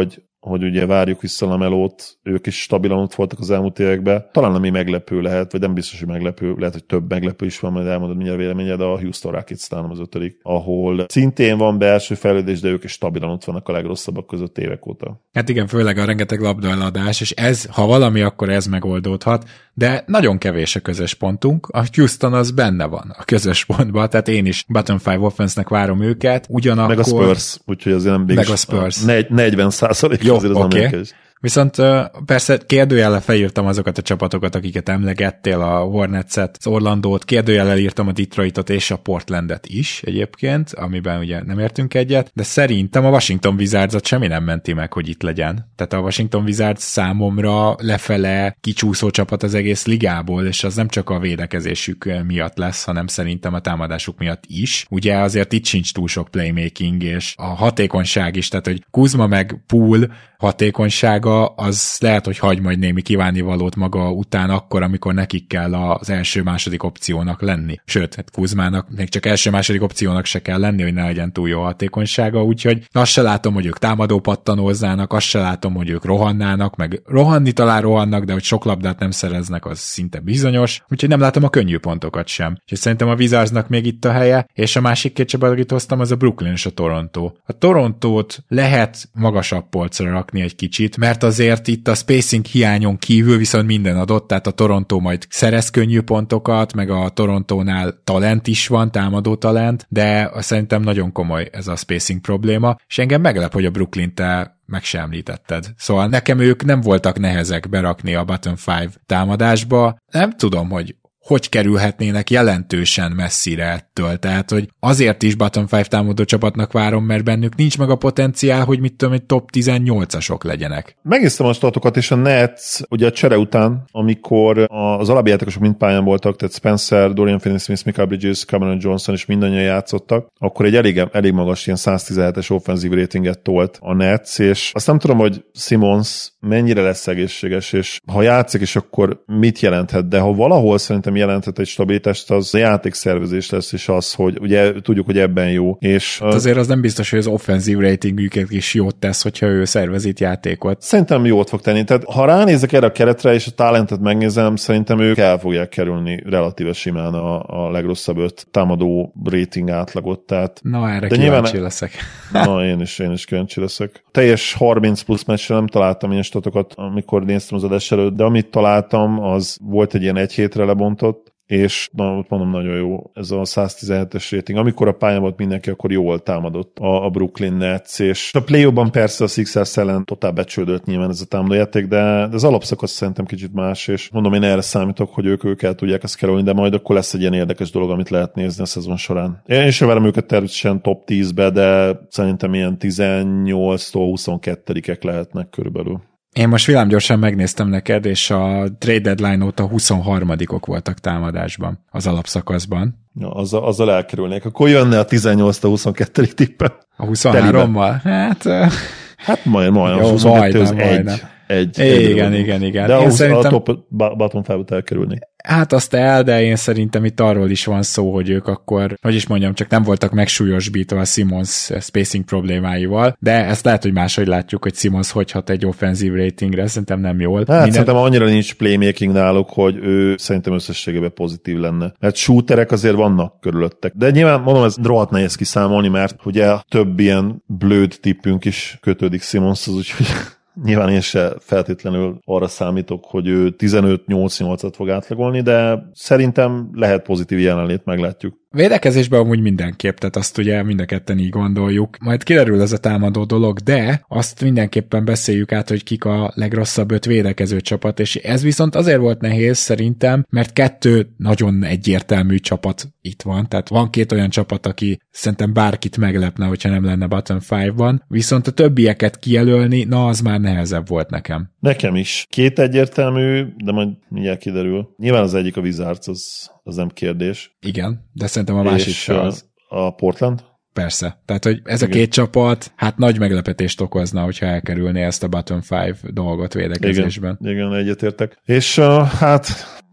hogy ugye várjuk vissza Lamelót, ők is stabilan ott voltak az elmúlt években. Talán ami meglepő lehet, vagy nem biztos, hogy meglepő, lehet, hogy több meglepő is van, majd elmondod mindjárt véleményed, a Houston Rockets talán az ötödik, ahol szintén van belső fejlődés, de ők is stabilan ott vannak a legrosszabbak között évek óta. Hát igen, főleg a rengeteg labdaeladás, és ez, ha valami, akkor ez megoldódhat, de nagyon kevés a közös pontunk. A Houston az benne van a közös pontban, tehát én is bottom five offense-nek várom őket, ugyanakkor... Meg a Spurs, úgyhogy azért nem meg a Spurs. negyven százalék jó, azért az okay. amerikai. Viszont persze kérdőjellel felírtam azokat a csapatokat, akiket emlegettél, a Hornetset, az Orlandót, kérdőjellel írtam a Detroitot és a Portlandet is egyébként, amiben ugye nem értünk egyet, de szerintem a Washington Wizards-ot semmi nem menti meg, hogy itt legyen. Tehát a Washington Wizards számomra lefele kicsúszó csapat az egész ligából, és az nem csak a védekezésük miatt lesz, hanem szerintem a támadásuk miatt is. Ugye azért itt sincs túl sok playmaking, és a hatékonyság is, tehát hogy Kuzma meg Poole hatékonysága, az lehet, hogy hagy majd némi kívánnivalót maga után akkor, amikor nekik kell az első-második opciónak lenni. Sőt, hát Kuzmának még csak első-második opciónak se kell lenni, hogy ne legyen túl jó hatékonysága, úgyhogy azt se látom, hogy ők támadó pattanóznának, azt se látom, hogy ők rohannának, meg rohanni talán rohannak, de hogy sok labdát nem szereznek, az szinte bizonyos, úgyhogy nem látom a könnyű pontokat sem. Úgyhogy szerintem a Wizardsnak még itt a helye, és a másik két csapat, akit hoztam, az a Brooklyn és a Toronto. A Torontót lehet magasabb polcra rakni egy kicsit, mert azért itt a spacing hiányon kívül viszont minden adott, tehát a Toronto majd szerez könnyű pontokat, meg a Torontónál talent is van, támadó talent, de szerintem nagyon komoly ez a spacing probléma, és engem meglep, hogy a Brooklyn te meg sem említetted. Szóval nekem ők nem voltak nehezek berakni a bottom five támadásba. Nem tudom, hogy hogy kerülhetnének jelentősen messzire ettől. Tehát, hogy azért is bottom five támadó csapatnak várom, mert bennük nincs meg a potenciál, hogy mit tudom, egy top tizennyolcasok legyenek. Megnéztem a statokat, és a Nets ugye a csere után, amikor az alapjátékosok mind pályán voltak, tehát Spencer, Dorian Finney-Smith, Mikal Bridges, Cameron Johnson és mindannyian játszottak, akkor egy elég, elég magas ilyen száz tizenhetes offenzív ratinget tolt a Nets, és azt nem tudom, hogy Simmons mennyire lesz egészséges, és ha játszik, és akkor mit jelenthet, de ha valahol szerintem jelenthet egy stabilitást, az a játékszervezés lesz, és az, hogy ugye tudjuk, hogy ebben jó. És hát azért az nem biztos, hogy az offenzív ratingüket is jót tesz, hogyha ő szervezít játékot. Szerintem jót fog tenni. Tehát ha ránézek erre a keretre, és a talentet megnézem, szerintem ők el fogják kerülni relatíve simán a, a legrosszabb öt támadó rating átlagot. Tehát, na, erre kíváncsi nyilván... leszek. Na, én is, én is kíváncsi leszek. Teljes harminc plusz meccsre nem találtam ilyen statokat, amikor néztem az adás előtt, de amit találtam, az volt egy ilyen egy hétre lebontott, és na, ott mondom, nagyon jó ez a száz tizenhetes rating. Amikor a pályán volt mindenki, akkor jól támadott a, a Brooklyn Nets, és a play-offban persze a Sixers ellen totál becsődött nyilván ez a támadójáték, de, de az alapszakasz szerintem kicsit más, és mondom, én erre számítok, hogy ők, ők el tudják ezt kerülni, de majd akkor lesz egy ilyen érdekes dolog, amit lehet nézni a szezon során. Én sem várom őket természetesen top tízbe, de szerintem ilyen tizennyolctól huszonkettődik lehetnek körülbelül. Én most villámgyorsan megnéztem neked, és a trade deadline óta huszonharmadikok voltak támadásban, az alapszakaszban. Ja, azzal, azzal elkerülnék. Akkor jönne a tizennyolctól huszonkettődik tippen. A huszonhárommal? Hát... Hát majd, majd. Jó, a huszonkettő az majdnem, egy. Egy, igen, egy igen, igen. De én a, szerintem... a top bottom five-ot elkerülni. Hát azt el, de én szerintem itt arról is van szó, hogy ők akkor, hogy is mondjam, csak nem voltak megsúlyosbítva a Simmons spacing problémáival, de ezt lehet, hogy máshogy látjuk, hogy Simmons hogy hat egy offenzív ratingre, szerintem nem jól. Hát Minden... szerintem annyira nincs playmaking náluk, hogy ő szerintem összességében pozitív lenne. Mert shooterek azért vannak körülöttek. De nyilván mondom, ez rohadt nehéz kiszámolni, mert ugye több ilyen blöd tippünk is kötődik Simmonshoz, úgyhogy nyilván én se feltétlenül arra számítok, hogy ő tizenöt nyolc nyolcat fog átlagolni, de szerintem lehet pozitív jelenlét, meglátjuk. Védekezésben amúgy mindenképp, tehát azt ugye mind a ketten így gondoljuk. Majd kiderül ez a támadó dolog, de azt mindenképpen beszéljük át, hogy kik a legrosszabb öt védekező csapat, és ez viszont azért volt nehéz szerintem, mert kettő nagyon egyértelmű csapat itt van, tehát van két olyan csapat, aki szerintem bárkit meglepne, hogyha nem lenne bottom five-ban, viszont a többieket kijelölni, na az már nehezebb volt nekem. Nekem is. Két egyértelmű, de majd mindjárt kiderül. Nyilván az egyik a Wizards, az, az nem kérdés. Igen, de szerintem a másik se az. A Portland? Persze. Tehát, hogy ez igen. A két csapat, hát nagy meglepetést okozna, hogyha elkerülné ezt a bottom five dolgot védekezésben. Igen, igen, egyetértek. És uh, hát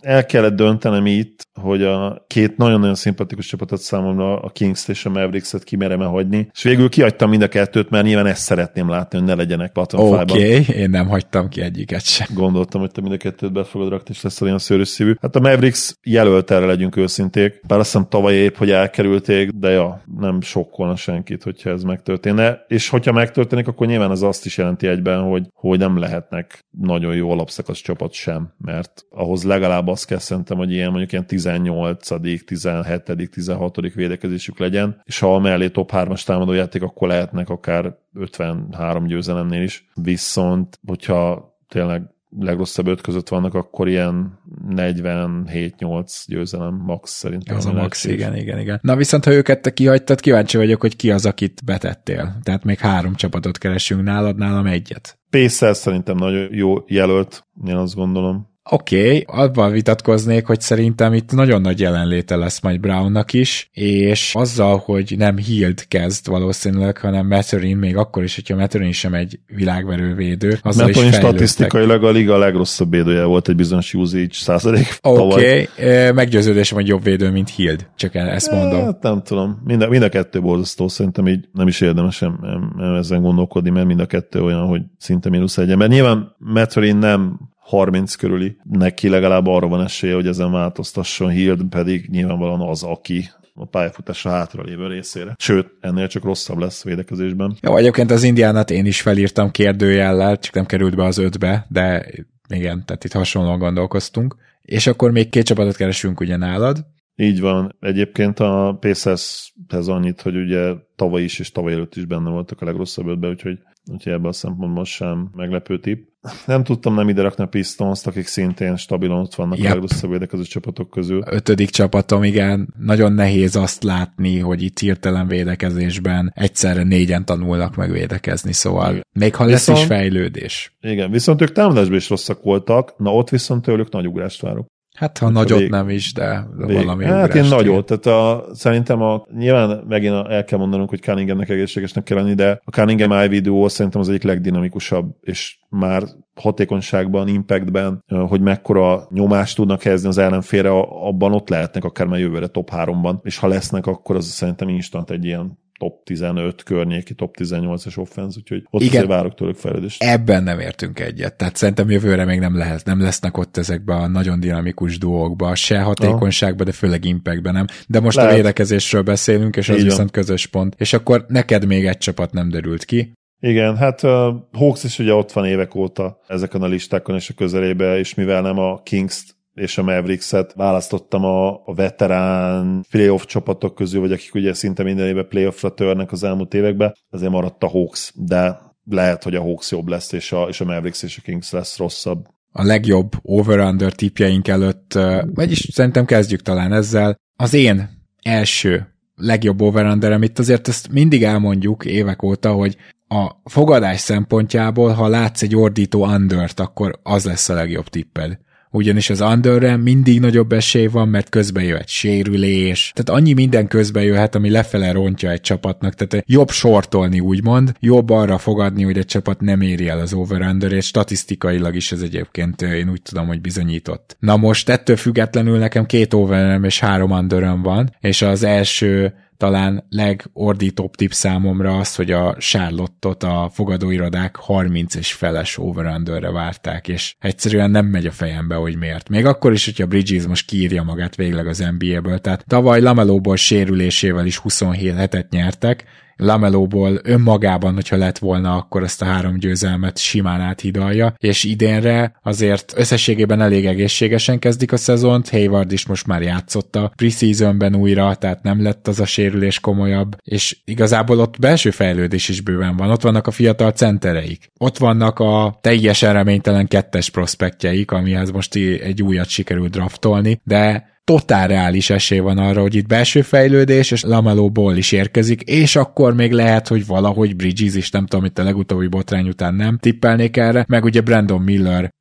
el kellett döntenem itt, hogy a két nagyon-nagyon szimpatikus csapatot számomra, a Kings-t és a Mavericks-et kimerem-e hagyni, és végül kihagytam mind a kettőt, mert nyilván ezt szeretném látni, hogy ne legyenek bottom five-ban. Oké, okay, én nem hagytam ki egyiket sem. Gondoltam, hogy te mind a kettőt be fogod rakni, és lesz olyan szőrös szívű. Hát a Mavericks jelölt erre, legyünk őszinték. Bár azt hiszem tavaly épp, hogy elkerülték, de ja, nem sokkolna senkit, hogyha ez megtörténne. És hogyha megtörténik, akkor nyilván ez azt is jelenti egyben, hogy, hogy nem lehetnek nagyon jó alapszakasz csapat sem, mert ahhoz legalább azt kell szerintem, hogy ilyen mondjuk ilyen tizennyolcadik, tizenhetedik, tizenhatodik védekezésük legyen, és ha a mellé top hármas támadójáték, akkor lehetnek akár ötvenhárom győzelemnél is. Viszont, hogyha tényleg legrosszabb öt között vannak, akkor ilyen negyvenhét nyolc győzelem max szerintem. Az a max, igen, igen, igen. Na viszont, ha őket te kihagytad, kíváncsi vagyok, hogy ki az, akit betettél. Tehát még három csapatot keresünk nálad, nálam egyet. Pacers szerintem nagyon jó jelölt, én azt gondolom. Oké, okay, abban vitatkoznék, hogy szerintem itt nagyon nagy jelenléte lesz majd Brownnak is, és azzal, hogy nem Hield kezd valószínűleg, hanem Mathurin, még akkor is, hogyha Mathurin sem egy világverő védő, azzal is fejlődtek. Statisztikailag a liga a legrosszabb védője volt egy bizonyos usage százalék. Oké, okay. Meggyőződésem, hogy jobb védő, mint Hield, csak ezt mondom. Hát nem tudom, mind a, mind a kettő borzasztó, szerintem így nem is érdemes sem ezen gondolkodni, mert mind a kettő olyan, hogy szinte mínusz egyen. Mert nyilván Mathurin nem harminc körüli, neki legalább arra van esélye, hogy ezen változtasson, Hield pedig nyilvánvalóan az, aki a pályafutása hátralévő részére. Sőt, ennél csak rosszabb lesz védekezésben. Jó, egyébként az Indiánát én is felírtam kérdőjellel, csak nem került be az ötbe, de igen, tehát itt hasonlóan gondolkoztunk. És akkor még két csapatot keresünk ugye nálad. Így van. Egyébként a Pacershez annyit, hogy ugye tavaly is és tavaly előtt is benne voltak a legrosszabb ötbe, úgyhogy, úgyhogy ebben a szempontból sem meglepő tipp. Nem tudtam nem ide rakni a Pistons-t, akik szintén stabilan ott vannak yep. a legrosszabb védekező csapatok közül. Ötödik csapatom, igen. Nagyon nehéz azt látni, hogy itt hirtelen védekezésben egyszerre négyen tanulnak meg védekezni, szóval igen. még ha viszont, lesz is fejlődés. Igen, viszont ők támadásban is rosszak voltak, na ott viszont tőlük nagy ugrást várok. Hát ha hát nagyot vég... nem is, de vég... valami Hát én nagyot, tehát a, szerintem a, nyilván megint el kell mondanunk, hogy Cunninghamnek egészségesnek kell lenni, de a Cunningham Ivy duo szerintem az egyik legdinamikusabb, és már hatékonyságban, impactben, hogy mekkora nyomást tudnak helyezni az ellenfélre, abban ott lehetnek akár már jövőre top háromban, és ha lesznek, akkor az szerintem instant egy ilyen top tizenöt környéki, top tizennyolcas offense, úgyhogy ott igen, azért várok tőlük fejlődést. Ebben nem értünk egyet, tehát szerintem jövőre még nem lehet, nem lesznek ott ezekben a nagyon dinamikus duókban, se hatékonyságban, de főleg impactben nem. De most lehet. A védekezésről beszélünk, és az igen. viszont közös pont. És akkor neked még egy csapat nem derült ki. Igen, hát uh, Hawks is ugye ott van évek óta ezeken a listákon és a közelébe, és mivel nem a Kings-t és a Mavericks-et választottam a, a veterán playoff csapatok közül, vagy akik ugye szinte minden évben playoffra törnek az elmúlt években, azért maradt a Hawks, de lehet, hogy a Hawks jobb lesz, és a, és a Mavericks és a Kings lesz rosszabb. A legjobb over-under tippjeink előtt, vagyis szerintem kezdjük talán ezzel. Az én első legjobb over-underem, itt azért ezt mindig elmondjuk évek óta, hogy a fogadás szempontjából, ha látsz egy ordító undert, akkor az lesz a legjobb tipped. Ugyanis az underre mindig nagyobb esély van, mert közben jöhet sérülés, tehát annyi minden közben jöhet, ami lefele rontja egy csapatnak, tehát jobb sortolni úgymond, jobb arra fogadni, hogy egy csapat nem éri el az over-under, és statisztikailag is ez egyébként én úgy tudom, hogy bizonyított. Na most ettől függetlenül nekem két over-em és három underem van, és az első talán legordítóbb tipp számomra az, hogy a Charlotte-ot a fogadóirodák harminc és feles over-underre várták, és egyszerűen nem megy a fejembe, hogy miért. Még akkor is, hogyha Bridges most kiírja magát végleg az en bé á-ből, tehát tavaly Lamelóból sérülésével is huszonhét hetet nyertek, Lamelóból önmagában, hogyha lett volna, akkor ezt a három győzelmet simán áthidalja, és idénre azért összességében elég egészségesen kezdik a szezont, Hayward is most már játszott a preseasonben újra, tehát nem lett az a sérülés komolyabb, és igazából ott belső fejlődés is bőven van, ott vannak a fiatal centereik, ott vannak a teljesen reménytelen kettes prospektjeik, amihez most egy újat sikerült draftolni, de totál reális esély van arra, hogy itt belső fejlődés, és Lamelóból is érkezik, és akkor még lehet, hogy valahogy Bridges is, nem tudom, itt a legutóbbi botrány után nem tippelnék erre, meg ugye Brandon Miller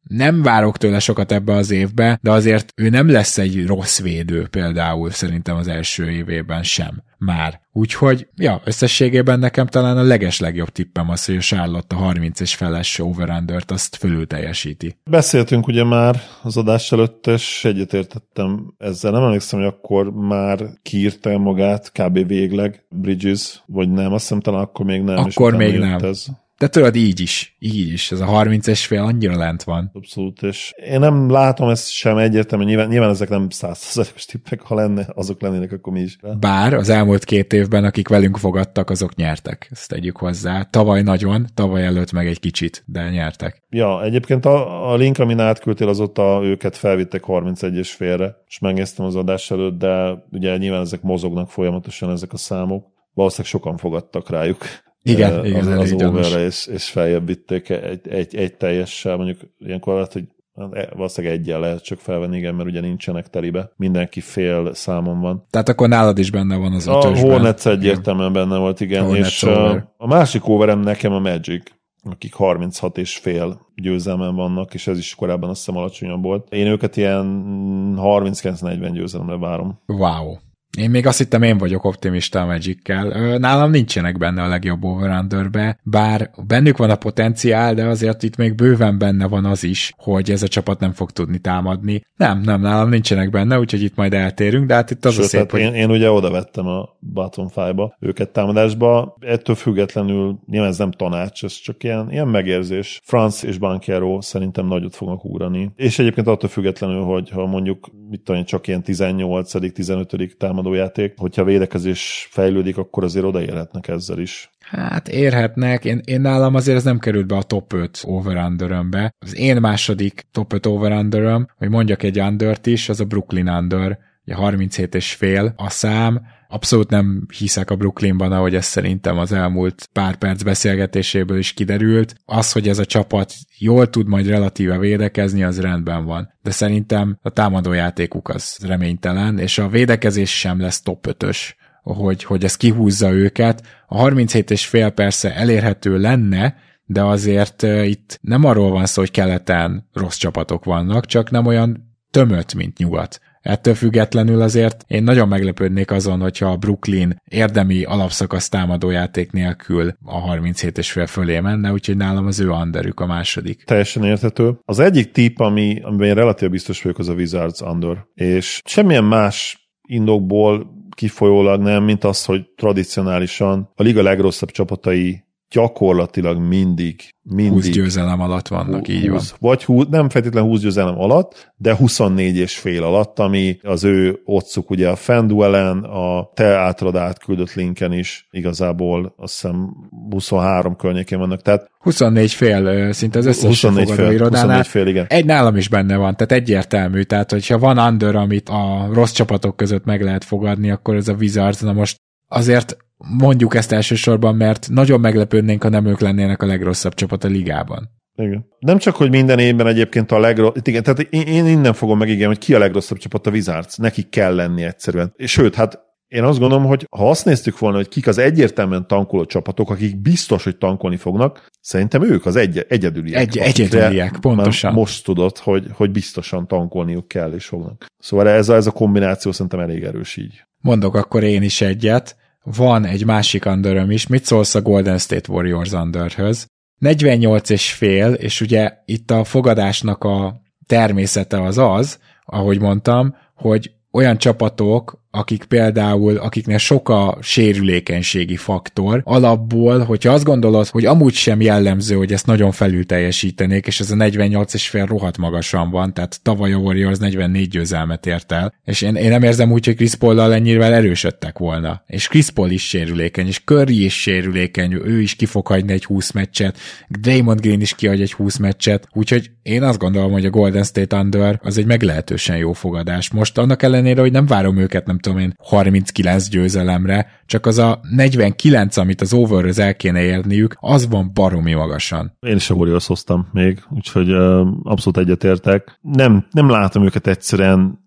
Nem várok tőle sokat ebbe az évbe, de azért ő nem lesz egy rossz védő például szerintem az első évében sem. Már. Úgyhogy, ja, összességében nekem talán a legeslegjobb tippem az, hogy a Charlotte a harminc és feles over-undert azt fölül teljesíti. Beszéltünk ugye már az adás előtt, és egyetértettem ezzel. Nem emlékszem, hogy akkor már kiírta magát kb. Végleg Bridges, vagy nem, azt hiszem talán akkor még nem. Akkor még nem. Ez. De tudod, így is, így is, ez a harminc és fél annyira lent van. Abszolút, és én nem látom ezt sem egyértelműen, nyilván, nyilván ezek nem száz százalékos tippek, ha lenne, azok lennének, akkor mi is. Bár az elmúlt két évben, akik velünk fogadtak, azok nyertek, ezt tegyük hozzá. Tavaly nagyon, tavaly előtt meg egy kicsit, de nyertek. Ja, egyébként a, a link, amin átküldtél, azóta őket felvittek harmincegy és félre, és megnéztem az adás előtt, de ugye nyilván ezek mozognak folyamatosan ezek a számok. Valószínűleg sokan fogadtak rájuk. Igen, az, igen, az overre, és, és feljebb vitték egy, egy, egy teljessel, mondjuk ilyenkor lehet, hogy valószínűleg egyen lehet csak felvenni, igen, mert ugye nincsenek telibe. Mindenki fél számon van. Tehát akkor nálad is benne van az ötösben. A Hornets egyértelműen benne volt, igen. Hornets és over. A másik overem nekem a Magic, akik harminchat és fél győzelmen vannak, és ez is korábban azt hiszem alacsonyabb volt. Én őket ilyen harminckilenc negyven győzelemre várom. Wow. Én még azt hittem, én vagyok optimista a Magic-kel. Nálam nincsenek benne a legjobb over-underbe, bár bennük van a potenciál, de azért itt még bőven benne van az is, hogy ez a csapat nem fog tudni támadni. Nem, nem, nálam nincsenek benne, úgyhogy itt majd eltérünk, de hát itt az Sőt, a szép, hogy... én, én ugye oda vettem a bottom five-ba őket támadásba, ettől függetlenül nyilván ez nem tanács, ez csak ilyen, ilyen megérzés. Franz és Banchero szerintem nagyot fognak ugrani. És egyébként attól függetlenül, hogy ha mondjuk mit tudom, csak ilyen tizennyolcadik tizenötödik támadójáték, hogyha a védekezés fejlődik, akkor azért odaérhetnek ezzel is. Hát érhetnek, én, én nálam azért ez nem került be a top öt over-underömbe. Az én második top öt over-underöm, hogy mondjak egy undert is, az a Brooklyn under, ugye harminchét és fél a szám. Abszolút nem hiszek a Brooklynban, ahogy ez szerintem az elmúlt pár perc beszélgetéséből is kiderült. Az, hogy ez a csapat jól tud majd relatíve védekezni, az rendben van. De szerintem a támadójátékuk az reménytelen, és a védekezés sem lesz top ötös, hogy, hogy ez kihúzza őket. A harminchét és fél persze elérhető lenne, de azért uh, itt nem arról van szó, hogy keleten rossz csapatok vannak, csak nem olyan tömött, mint nyugat. Ettől függetlenül azért én nagyon meglepődnék azon, hogyha a Brooklyn érdemi alapszakasz támadójáték nélkül a harminchét és fél fölé menne, úgyhogy nálam az ő underük a második. Teljesen érthető. Az egyik tipp, ami, amiben én relatív biztos vagyok, az a Wizards under. És semmilyen más indokból kifolyólag nem, mint az, hogy tradicionálisan a liga legrosszabb csapatai gyakorlatilag mindig, mindig húsz győzelem alatt vannak, így van. Vagy húsz, nem feltétlenül húsz győzelem alatt, de huszonnégy és fél alatt, ami az ő otcuk ugye a FanDuel-en, a te általad átküldött linken is igazából azt hiszem huszonhárom környékén vannak. Tehát huszonnégy fél szinte az összes fogadóirodánál. Fél, igen. Egy nálam is benne van, tehát egyértelmű. Tehát, hogyha van under, amit a rossz csapatok között meg lehet fogadni, akkor ez a Wizards, na most azért mondjuk ezt elsősorban, mert nagyon meglepődnénk, ha nem ők lennének a legrosszabb csapat a ligában. Igen. Nem csak, hogy minden évben egyébként a legrosszabb, igen, tehát én innen fogom meg, igen, hogy ki a legrosszabb csapat a Wizards, nekik kell lenni egyszerűen. És sőt, hát én azt gondolom, hogy ha azt néztük volna, hogy kik az egyértelműen tankoló csapatok, akik biztos, hogy tankolni fognak, szerintem ők az egy, egyedüliek. Egy, egyedüliek, pontosan. Most tudod, hogy, hogy biztosan tankolniuk kell és fognak. Szóval ez a, ez a kombináció szerintem elég erős így. Mondok akkor én is egyet. Van egy másik underöm is. Mit szólsz a Golden State Warriors underhöz? negyvennyolc és fél, és ugye itt a fogadásnak a természete az az, ahogy mondtam, hogy olyan csapatok, akik például, akiknél sok a sérülékenységi faktor, alapból, hogyha azt gondolod, hogy amúgy sem jellemző, hogy ezt nagyon felül teljesítenék, és ez a negyvennyolc és fél rohadt magasan van, tehát tavaly a Warriors negyvennégy győzelmet ért el, és én, én nem érzem úgy, hogy Chris Paul-lal ennyivel erősödtek volna. És Chris Paul is sérülékeny, és Curry is sérülékeny, ő is ki fog hagyni egy húsz meccset, Draymond Green is kihagy egy húsz meccset, úgyhogy én azt gondolom, hogy a Golden State Under az egy meglehetősen jó fogadás. Most annak ellenére, hogy nem várom őket, nem tudom én, harminckilenc győzelemre, csak az a negyvenkilenc, amit az overhöz el kéne érniük, az van baromi magasan. Én is a Warriors hoztam még, úgyhogy uh, abszolút egyetértek. Nem, nem látom őket egyszerűen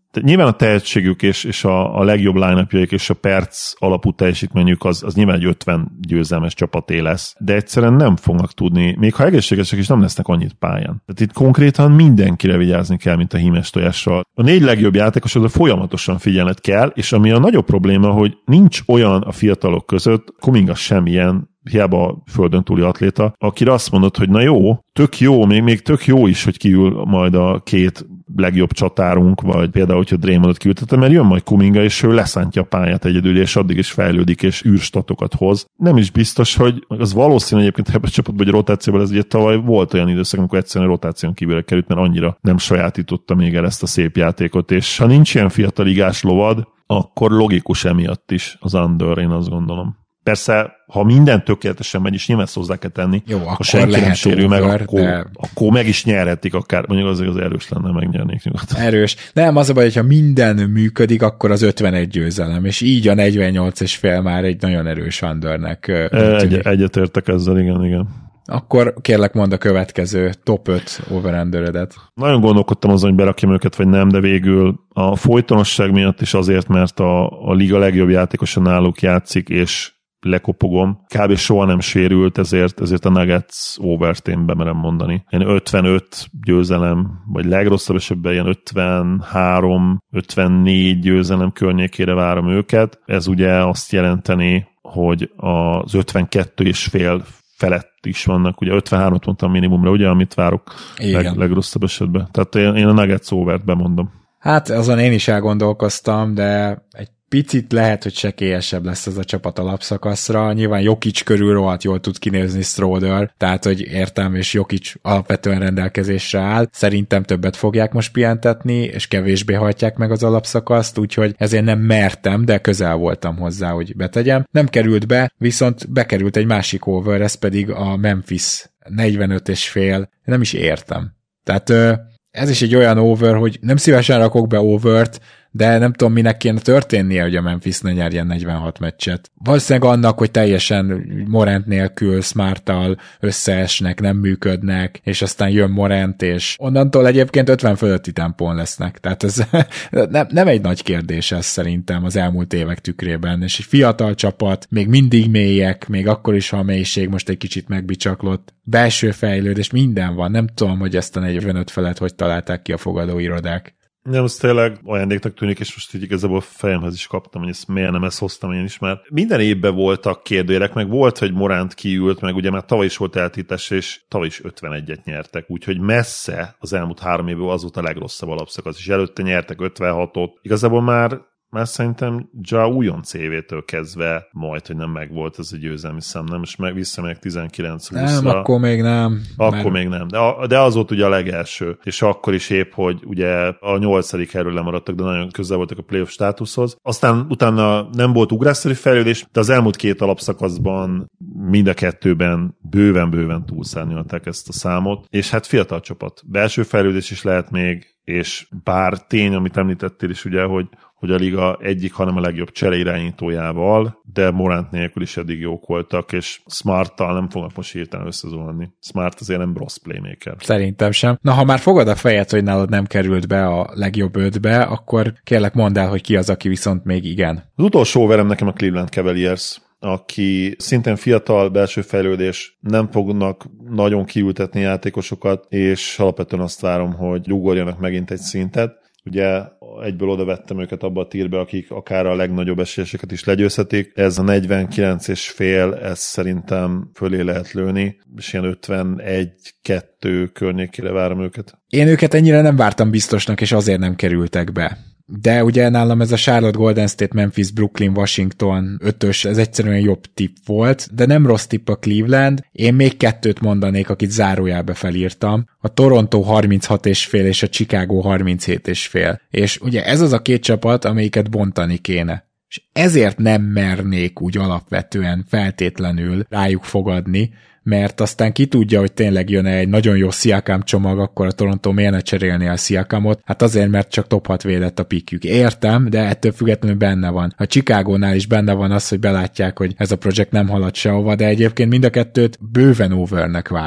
nyilván a tehetségük és, és a, a legjobb line-upjaik és a perc alapú teljesítményük az, az nyilván egy ötven győzelmes csapaté lesz, de egyszerűen nem fognak tudni, még ha egészségesek is nem lesznek annyit pályán. Tehát itt konkrétan mindenkire vigyázni kell, mint a hímes tojással. A négy legjobb játékosodra folyamatosan figyelned kell, és ami a nagyobb probléma, hogy nincs olyan a fiatalok között, Kuminga semmilyen, hiába földön túli atléta, akire azt mondod, hogy na jó, tök jó, még, még tök jó is, hogy kiül majd a két legjobb csatárunk, vagy például, hogyha Draymondot kiültetem, mert jön majd Kuminga, és ő leszántja a pályát egyedül, és addig is fejlődik, és űrstatokat hoz. Nem is biztos, hogy az valószínű egyébként ebben a csapatban, hogy a rotációban ez ugye tavaly volt olyan időszak, amikor egyszerűen rotáción kívülre került, mert annyira nem sajátította még el ezt a szép játékot, és ha nincs ilyen fiatal igás lovad, akkor logikus emiatt is az under, én azt gondolom. Persze, ha minden tökéletesen megy, és nyilván hozzá kell tenni, jó, ha senki nem sérül meg, over, akkor, de... akkor meg is nyerhetik akár, mondjuk azért az erős lenne, megnyernék nyugodtan. Erős. Nem, az a baj, hogyha minden működik, akkor az ötvenegy győzelem, és így a negyvennyolc és fél már egy nagyon erős undernek. Egy, egyetértek ezzel, igen, igen. Akkor kérlek mondd a következő top öt over-underedet. Nagyon gondolkodtam azon, hogy berakjam őket, vagy nem, de végül a folytonosság miatt is azért, mert a, a liga legjobb játékosa náluk játszik, és lekopogom. Kb. Soha nem sérült, ezért, ezért a Nuggets overt én bemerem mondani. Ilyen ötvenöt győzelem, vagy legrosszabb esetben ilyen ötvenhárom ötvennégy győzelem környékére várom őket. Ez ugye azt jelenteni, hogy az ötvenkettő és fél felett is vannak, ugye ötvenhármat mondtam minimumra, ugye, amit várok leg, legrosszabb esetben. Tehát én, én a Nuggets overt bemondom. Hát azon én is elgondolkoztam, de egy picit lehet, hogy sekélyesebb lesz ez a csapat alapszakaszra. Nyilván Jokic körül rohadt jól tud kinézni Schroeder, tehát hogy értem, és Jokic alapvetően rendelkezésre áll. Szerintem többet fogják most pihentetni, és kevésbé hajtják meg az alapszakaszt, úgyhogy ezért nem mertem, de közel voltam hozzá, hogy betegyem. Nem került be, viszont bekerült egy másik over, ez pedig a Memphis negyvenöt és fél. Nem is értem. Tehát ez is egy olyan over, hogy nem szívesen rakok be overt, de nem tudom, minek kéne történnie, hogy a Memphis ne nyerjen negyvenhat meccset. Valószínűleg annak, hogy teljesen Morant nélkül Smarttal összeesnek, nem működnek, és aztán jön Morant, és onnantól egyébként ötven fölötti tempón lesznek. Tehát ez nem, nem egy nagy kérdés ez szerintem az elmúlt évek tükrében, és egy fiatal csapat, még mindig mélyek, még akkor is, ha a mélység most egy kicsit megbicsaklott, belső fejlődés, minden van. Nem tudom, hogy ezt a negyvenöt felett hogy találták ki a fogadóirodák. Nem, ez tényleg ajándéknak tűnik, és most így igazából fejemhez is kaptam, hogy ezt miért nem ezt hoztam én is, mert minden évben voltak kérdőjelek, meg volt, hogy Morant kiült, meg ugye már tavaly is volt eltiltás, és tavaly is ötvenegyet nyertek, úgyhogy messze az elmúlt három évben az volt a legrosszabb alapszakasz, és előtte nyertek ötvenhatot. Igazából már már szerintem Ja újonc évétől kezdve majd, hogy nem megvolt ez a győzelmi szám, nem, és meg visszamegyek tizenkilenc húszra. Nem, akkor még nem. Akkor mert... még nem, de, de az volt ugye a legelső, és akkor is épp, hogy ugye a nyolcadik helyről lemaradtak, de nagyon közel voltak a playoff státuszhoz. Aztán utána nem volt ugrásszerű fejlődés, de az elmúlt két alapszakaszban mind a kettőben bőven-bőven túlszárnyalták ezt a számot, és hát fiatal csapat. Belső fejlődés is lehet még, és bár tény, amit említettél is ugye, hogy hogy a liga egyik, hanem a legjobb csereirányítójával, de Morant nélkül is eddig jók voltak, és Smarttal nem fognak most hirtelen összezolni. Smart azért nem rossz playmaker. Szerintem sem. Na, ha már fogad a fejed, hogy nálad nem került be a legjobb ötbe, akkor kérlek mondd el, hogy ki az, aki viszont még igen. Az utolsó overem nekem a Cleveland Cavaliers, aki szintén fiatal, belső fejlődés, nem fognak nagyon kiültetni játékosokat, és alapvetően azt várom, hogy ugorjanak megint egy szintet. Ugye egyből oda vettem őket abba a tírbe, akik akár a legnagyobb esélyeseket is legyőzhetik. Ez a negyvenkilenc és fél, ez szerintem fölé lehet lőni, és ilyen ötvenegy kettő környékére várom őket. Én őket ennyire nem vártam biztosnak, és azért nem kerültek be. De ugye nálam ez a Charlotte, Golden State, Memphis, Brooklyn, Washington ötös, ez egyszerűen jobb tipp volt, de nem rossz tipp a Cleveland. Én még kettőt mondanék, akit zárójelbe felírtam. A Toronto harminchat és fél és a Chicago harminchét és fél. És ugye ez az a két csapat, amelyiket bontani kéne. És ezért nem mernék úgy alapvetően feltétlenül rájuk fogadni, mert aztán ki tudja, hogy tényleg jön egy nagyon jó Siakam csomag, akkor a Toronto miért ne cserélni a Siakamot? Hát azért, mert csak top hat védett a pikjük. Értem, de ettől függetlenül benne van. A Chicagónál is benne van az, hogy belátják, hogy ez a projekt nem halad sehova, de egyébként mind a kettőt bőven overnek várom.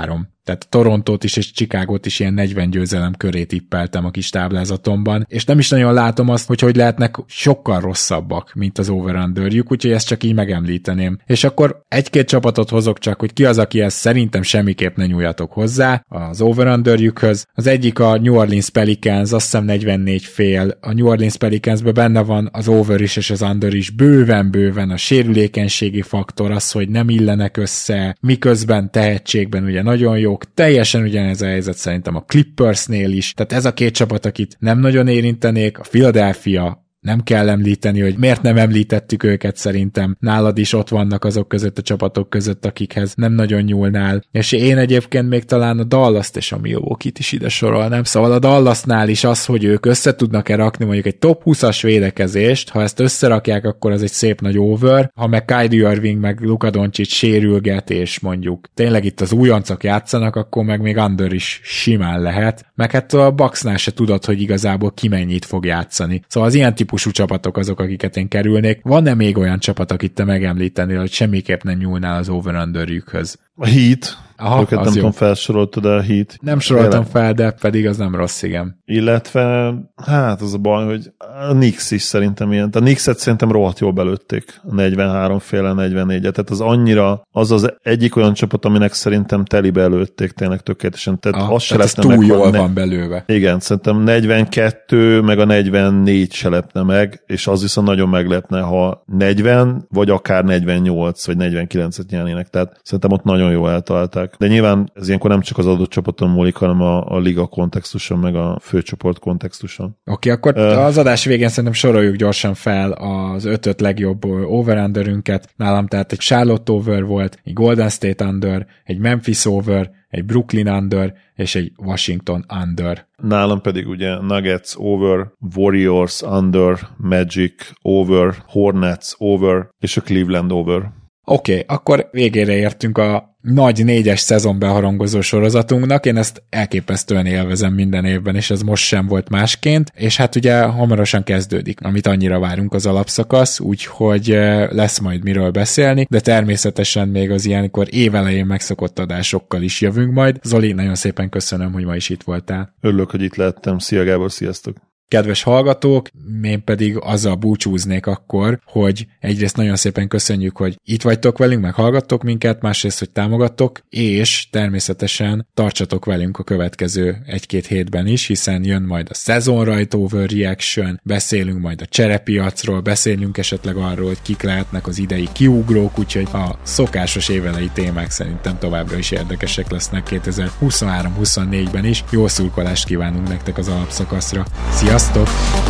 Tehát Torontót is és Chicagót is ilyen negyven győzelem köré tippeltem a kis táblázatomban, és nem is nagyon látom azt, hogy hogy lehetnek sokkal rosszabbak, mint az over-underjük, úgyhogy ezt csak így megemlíteném. És akkor egy-két csapatot hozok csak, hogy ki az, akihez szerintem semmiképp ne nyúljatok hozzá az over-underjükhöz. Az egyik a New Orleans Pelicans, azt hiszem negyvennégy fél. A New Orleans Pelicansben benne van az over is és az under is bőven-bőven a sérülékenységi faktor, az, hogy nem illenek össze, miközben tehetségben ugye nagyon jók. Teljesen ugyanez a helyzet szerintem a Clippersnél is. Tehát ez a két csapat, akit nem nagyon érintenék, a Philadelphia, nem kell említeni, hogy miért nem említettük őket, szerintem nálad is ott vannak azok között a csapatok között, akikhez nem nagyon nyúlnál. És én egyébként még talán a Dallast és a Milwaukee-t is ide sorolnám. Szóval a Dallasnál is az, hogy ők össze tudnak-e rakni mondjuk egy top húszas védekezést, ha ezt összerakják, akkor az egy szép nagy over. Ha meg Kyrie Irving meg Luka Doncic sérülget, és mondjuk tényleg itt az újoncok játszanak, akkor meg még under is simán lehet. Meg hát a Bucksnál se tudod, hogy igazából ki mennyit fog játszani. Szóval az ilyen típusú csapatok azok, akiket én kerülnék. Van-e még olyan csapat, akit te megemlítenél, hogy semmiképp nem nyúlnál az over-underjükhöz? A Heat. Aha, őket nem jó. Tudom, felsoroltad a Heat. Nem soroltam fel, de pedig az nem rossz, igen. Illetve, hát az a baj, hogy a Knicks is szerintem ilyen. A Knickset szerintem rohadt jól belőtték. A negyvenhárom féle negyvennégyet. Tehát az annyira, az az egyik olyan csapat, aminek szerintem telibe előtték tényleg tökéletesen. Tehát ah, az se tehát lepne túl meg, jól ne... van belőve. Igen, szerintem negyvenkettő meg a negyvennégy se lepne meg, és az viszont nagyon meglepne, ha negyven, vagy akár negyvennyolc, vagy negyvenkilencet nyernének. Tehát szerintem ott nagyon jól eltalálták. De nyilván ez ilyenkor nem csak az adott csapaton múlik, hanem a, a liga kontextuson, meg a főcsoport kontextuson. Oké, okay, akkor uh, az adás végén szerintem soroljuk gyorsan fel az ötöt legjobb over-underünket. Nálam tehát egy Charlotte over volt, egy Golden State under, egy Memphis over, egy Brooklyn under, és egy Washington under. Nálam pedig ugye Nuggets over, Warriors under, Magic over, Hornets over, és a Cleveland over. Oké, okay, akkor végére értünk a nagy négyes szezon beharangozó sorozatunknak, én ezt elképesztően élvezem minden évben, és ez most sem volt másként, és hát ugye hamarosan kezdődik, amit annyira várunk az alapszakasz, úgyhogy lesz majd miről beszélni, de természetesen még az ilyenkor évelején megszokott adásokkal is jövünk majd. Zoli, nagyon szépen köszönöm, hogy ma is itt voltál. Örülök, hogy itt lehettem. Szia Gábor, sziasztok! Kedves hallgatók, én pedig azzal búcsúznék akkor, hogy egyrészt nagyon szépen köszönjük, hogy itt vagytok velünk, meg hallgattok minket, másrészt, hogy támogattok, és természetesen tartsatok velünk a következő egy-két hétben is, hiszen jön majd a szezonrajt overreaction, beszélünk majd a cserepiacról, beszélünk esetleg arról, hogy kik lehetnek az idei kiugrók, úgyhogy a szokásos évelei témák szerintem továbbra is érdekesek lesznek kétezer-huszonhárom huszonnégyben is. Jó szurkolást kívánunk nektek az alapszakaszra. Sziasztok! Sziasztok!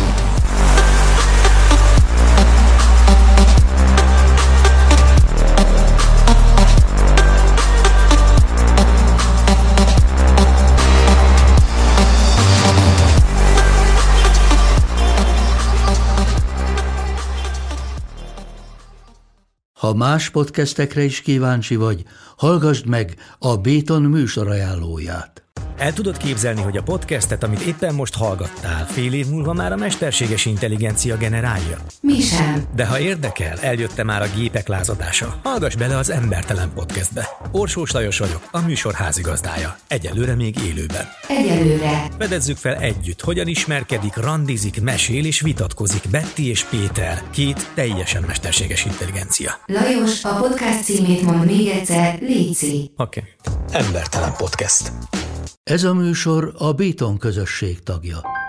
Ha más podcastekre is kíváncsi vagy, hallgassd meg a Béton műsor ajánlóját. El tudod képzelni, hogy a podcastet, amit éppen most hallgattál, fél év múlva már a mesterséges intelligencia generálja? Mi sem. De ha érdekel, eljött már a gépek lázadása. Hallgass bele az Embertelen Podcastbe. Orsós Lajos vagyok, a műsor házigazdája. Egyelőre még élőben. Egyelőre. Fedezzük fel együtt, hogyan ismerkedik, randizik, mesél és vitatkozik Betty és Péter, két teljesen mesterséges intelligencia. Lajos, a podcast címét mond még egyszer, léci. Oké. Okay. Embertelen Podcast. Ez a műsor a Béton közösség tagja.